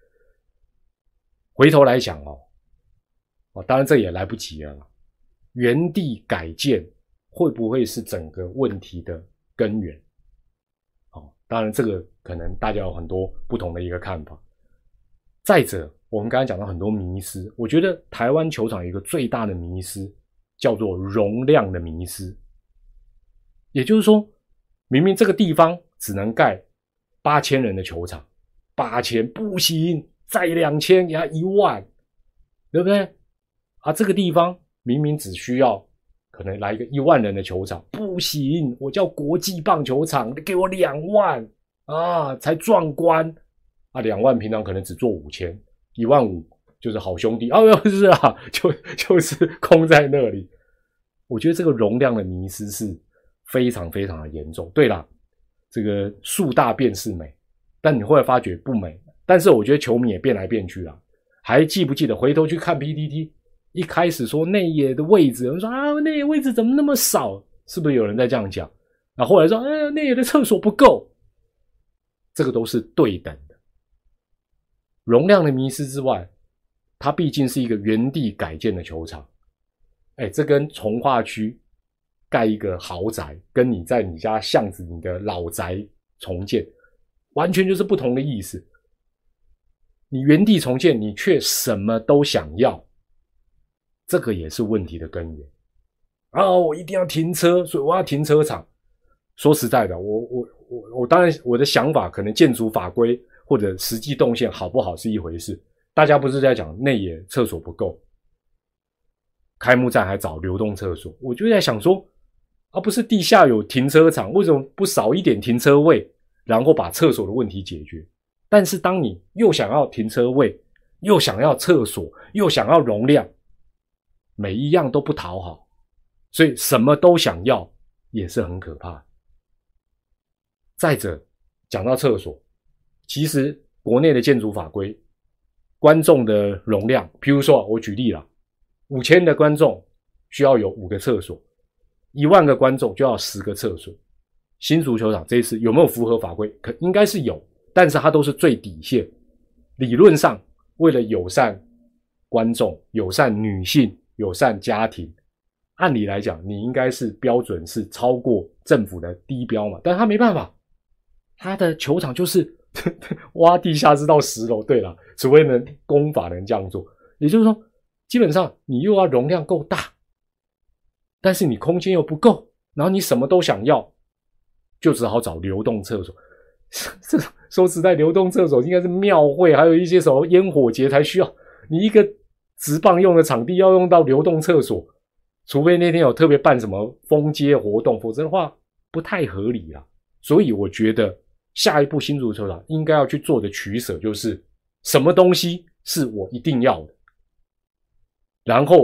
回头来想哦，哦，当然这也来不及了啦。原地改建会不会是整个问题的根源？哦，当然这个可能大家有很多不同的一个看法。再者，我们刚才讲到很多迷思，我觉得台湾球场有一个最大的迷思，叫做容量的迷思。也就是说，明明这个地方只能盖八千人的球场，八千不行，再两千给他一万，对不对？啊，这个地方明明只需要可能来一个一万人的球场，不行，我叫国际棒球场，你给我两万啊，才壮观啊！两万平常可能只做五千，一万五就是好兄弟啊，不是啊，就就是空在那里。我觉得这个容量的迷思是非常非常的严重。对啦，这个树大便是美，但你后来发觉不美。但是我觉得球迷也变来变去啦。还记不记得回头去看 P T T， 一开始说内野的位置，有人说啊内野位置怎么那么少？是不是有人在这样讲？然后后来说哎内野的厕所不够，这个都是对等的。容量的迷思之外，它毕竟是一个原地改建的球场。哎，这跟从化区盖一个豪宅，跟你在你家巷子你的老宅重建，完全就是不同的意思。你原地重建，你却什么都想要，这个也是问题的根源。啊，我一定要停车，所以我要停车场。说实在的，我我我我当然我的想法可能建筑法规或者实际动线好不好是一回事。大家不是在讲内野厕所不够，开幕战还找流动厕所，我就在想说，啊，不是地下有停车场，为什么不少一点停车位，然后把厕所的问题解决？但是当你又想要停车位，又想要厕所，又想要容量，每一样都不讨好，所以什么都想要也是很可怕。再者，讲到厕所，其实国内的建筑法规，观众的容量，譬如说我举例啦，五千的观众需要有五个厕所，一万个观众就要十个厕所。新竹球场这一次有没有符合法规？可应该是有，但是它都是最底线。理论上，为了友善观众、友善女性、友善家庭，按理来讲，你应该是标准是超过政府的低标嘛，但是他没办法，他的球场就是挖地下室到十楼。对啦，除非能公法能这样做，也就是说，基本上你又要容量够大，但是你空间又不够，然后你什么都想要，就只好找流动厕所。这说实在，流动厕所应该是庙会还有一些什么烟火节才需要，你一个职棒用的场地要用到流动厕所，除非那天有特别办什么封街活动，否则的话不太合理啦。所以我觉得下一步新竹球场应该要去做的取舍就是什么东西是我一定要的，然后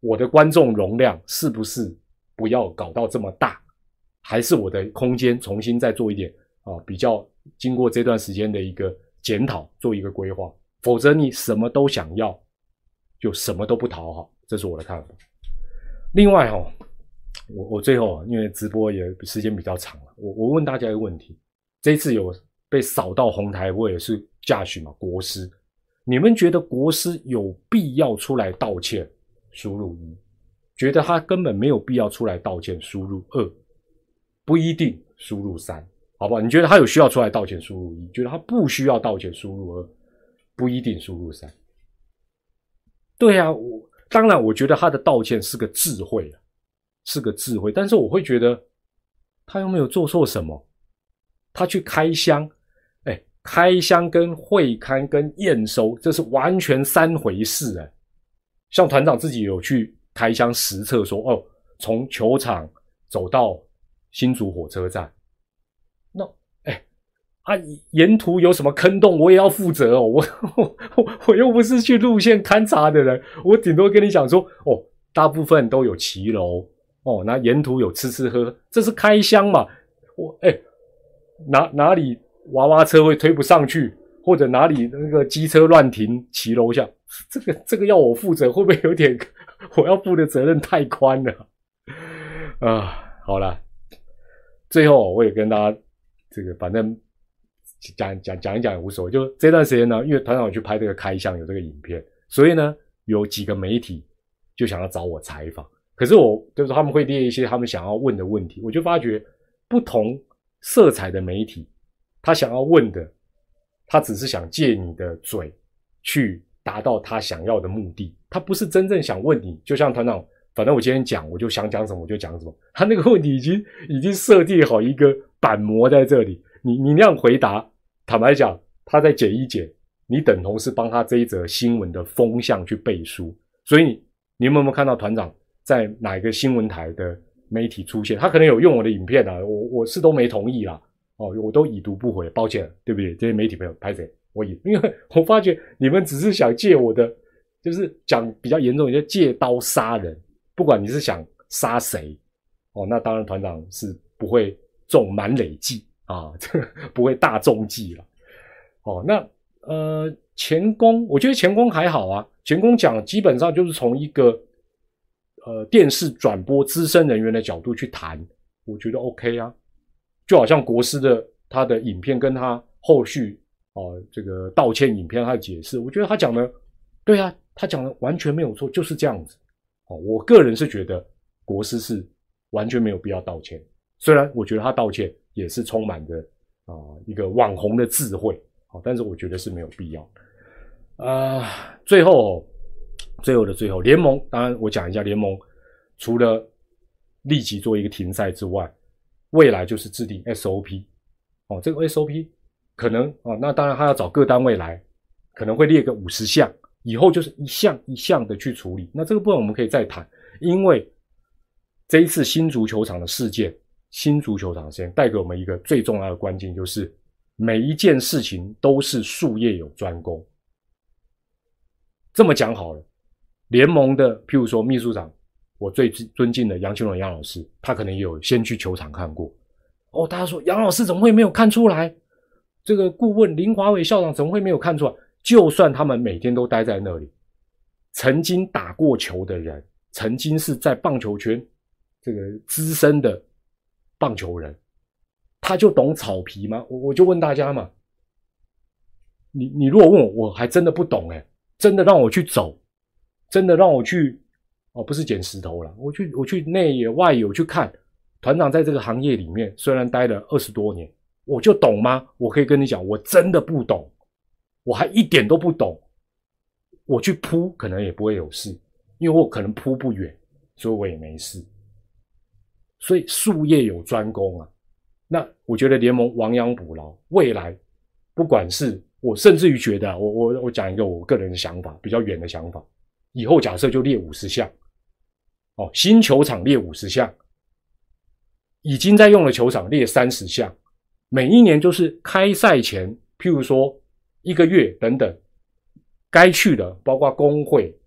我的观众容量是不是不要搞到这么大，还是我的空间重新再做一点啊，比较经过这段时间的一个检讨，做一个规划，否则你什么都想要，就什么都不讨好，这是我的看法。另外哈、哦，我我最后因为直播也时间比较长了，我我问大家一个问题，这一次有被扫到红台，我也是驾训嘛，国师，你们觉得国师有必要出来道歉？输入一，觉得他根本没有必要出来道歉，输入二，不一定，输入三，好不好？你觉得他有需要出来道歉，输入一，觉得他不需要道歉，输入二，不一定，输入三。对啊，我当然我觉得他的道歉是个智慧，是个智慧，但是我会觉得他又没有做错什么，他去开箱，哎，开箱跟会勘跟验收这是完全三回事哎。像团长自己有去开箱实测说，哦，从球场走到新竹火车站，那哎啊，沿途有什么坑洞我也要负责哦，我我我又不是去路线勘察的人，我顶多跟你讲说，哦，大部分都有骑楼哦，那沿途有吃吃喝，这是开箱嘛，我哎哪哪里娃娃车会推不上去，或者哪里那个机车乱停骑楼下。这个这个要我负责，会不会有点我要负的责任太宽了啊？好啦，最后我也跟大家这个反正讲讲讲一讲也无所谓。就这段时间呢，因为团长有去拍这个开箱，有这个影片，所以呢有几个媒体就想要找我采访。可是我就是他们会列一些他们想要问的问题，我就发觉不同色彩的媒体，他想要问的，他只是想借你的嘴去达到他想要的目的，他不是真正想问你，就像团长，反正我今天讲，我就想讲什么我就讲什么，他那个问题已经已经设定好一个板模在这里，你你那样回答，坦白讲，他再剪一剪，你等同是帮他这一则新闻的风向去背书，所以你你们有没有看到团长在哪一个新闻台的媒体出现？他可能有用我的影片啊，我我是都没同意啦，哦，我都已读不回，抱歉，对不对？这些媒体朋友，拍谁？我以，因为我发觉你们只是想借我的，就是讲比较严重，就借刀杀人。不管你是想杀谁，哦，那当然团长是不会中满累计啊，这个不会大中计了。哦，那呃前攻，我觉得前攻还好啊，前攻讲基本上就是从一个呃电视转播资深人员的角度去谈，我觉得 OK 啊，就好像国师的他的影片跟他后续。哦，这个道歉影片他的解释，我觉得他讲的，对啊，他讲的完全没有错，就是这样子。哦，我个人是觉得国师是完全没有必要道歉，虽然我觉得他道歉也是充满着啊、呃、一个网红的智慧，好、哦，但是我觉得是没有必要。呃，最后、哦，最后的最后，联盟当然我讲一下联盟，除了立即做一个停赛之外，未来就是制定 S O P。哦，这个 S O P。可能啊，那当然他要找各单位来，可能会列个五十项，以后就是一项一项的去处理。那这个部分我们可以再谈，因为这一次新足球场的事件，新足球场的事件带给我们一个最重要的关键，就是每一件事情都是术业有专攻。这么讲好了，联盟的譬如说秘书长，我最尊敬的杨清荣杨老师，他可能也有先去球场看过。哦，大家说杨老师怎么会没有看出来？这个顾问林华伟校长怎么会没有看出来？就算他们每天都待在那里，曾经打过球的人，曾经是在棒球圈这个资深的棒球人，他就懂草皮吗？我我就问大家嘛，你你如果问我，我还真的不懂诶，真的让我去走，真的让我去哦，不是捡石头啦，我去我去内野外野我去看，团长在这个行业里面虽然待了二十多年。我就懂吗？我可以跟你讲，我真的不懂，我还一点都不懂。我去扑可能也不会有事，因为我可能扑不远，所以我也没事。所以术业有专攻啊。那我觉得联盟亡羊补牢，未来不管是我甚至于觉得、啊、我我我讲一个我个人的想法，比较远的想法，以后假设就列五十项，哦，新球场列五十项，已经在用的球场列三十项。每一年就是开赛前，譬如说一个月等等，该去的包括工会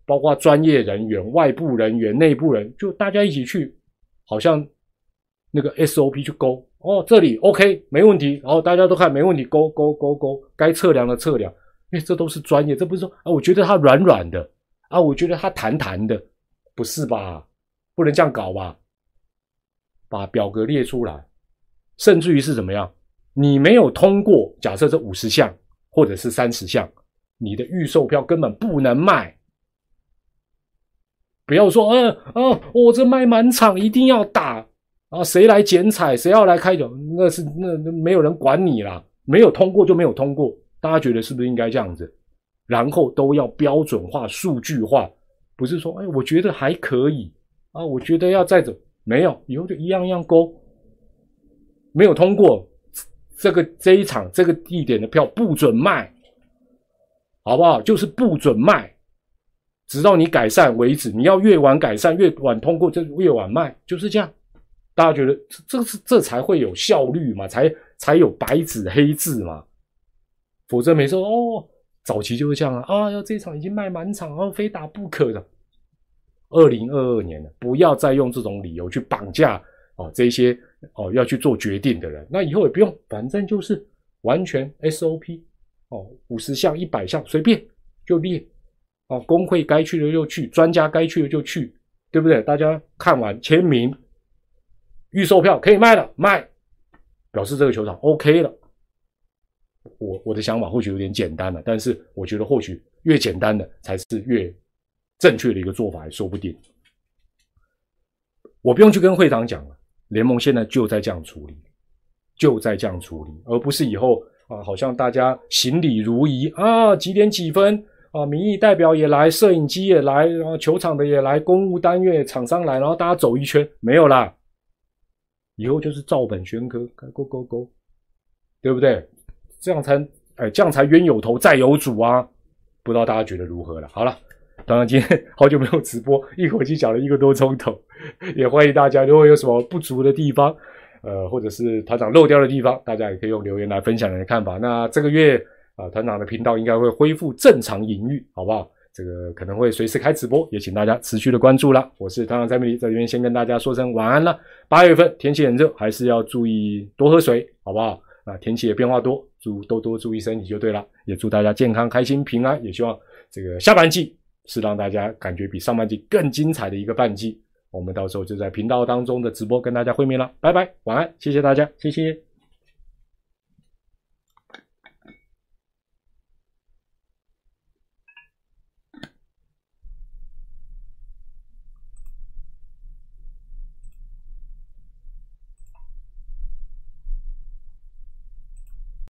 包括专业人员、外部人员、内部人，就大家一起去，好像那个 S O P 去勾哦，这里 OK 没问题，然后大家都看没问题，勾勾勾勾，该测量的测量，因为这都是专业，这不是说啊，我觉得它软软的啊，我觉得它弹弹的，不是吧？不能这样搞吧？把表格列出来，甚至于是怎么样？你没有通过，假设这五十项或者是三十项，你的预售票根本不能卖。不要说，嗯、呃、嗯、呃，我这卖满场一定要打啊，谁来剪彩，谁要来开酒，那是那那没有人管你啦，没有通过就没有通过，大家觉得是不是应该这样子？然后都要标准化、数据化，不是说，哎，我觉得还可以啊，我觉得要再走，没有，以后就一样一样勾，没有通过，这个这一场这个地点的票不准卖，好不好？就是不准卖。直到你改善为止，你要越晚改善越晚通过就越晚卖，就是这样。大家觉得这这这才会有效率嘛，才才有白纸黑字嘛。否则没说哦，早期就是这样啊，啊，要这场已经卖满场，啊，非打不可的。二零二二年了，不要再用这种理由去绑架哦这些哦要去做决定的人。那以后也不用，反正就是完全 S O P 哦，五十项、一百项随便就列。哦，工会该去的就去，专家该去的就去，对不对？大家看完签名，预售票可以卖了，卖，表示这个球场 OK 了。我我的想法或许有点简单了，但是我觉得或许越简单的才是越正确的一个做法，也说不定。我不用去跟会长讲了，联盟现在就在这样处理，就在这样处理，而不是以后啊，好像大家行礼如仪啊，几点几分。啊，民意代表也来，摄影机也来，然后球场的也来，公务单位厂商来，然后大家走一圈，没有啦。以后就是照本宣科，勾勾勾，对不对？这样才，哎，这样才冤有头债有主啊！不知道大家觉得如何了？好了，当然今天好久没有直播，一口气讲了一个多钟头，也欢迎大家如果有什么不足的地方，呃，或者是团长漏掉的地方，大家也可以用留言来分享你的看法。那这个月。啊，团长的频道应该会恢复正常营运，好不好？这个可能会随时开直播，也请大家持续的关注啦。我是团长蔡明黎，在这边先跟大家说声晚安啦。八月份天气很热，还是要注意多喝水，好不好？那天气也变化多，祝多多注意身体就对了。也祝大家健康、开心、平安。也希望这个下半季是让大家感觉比上半季更精彩的一个半季。我们到时候就在频道当中的直播跟大家会面了，拜拜，晚安，谢谢大家，谢谢。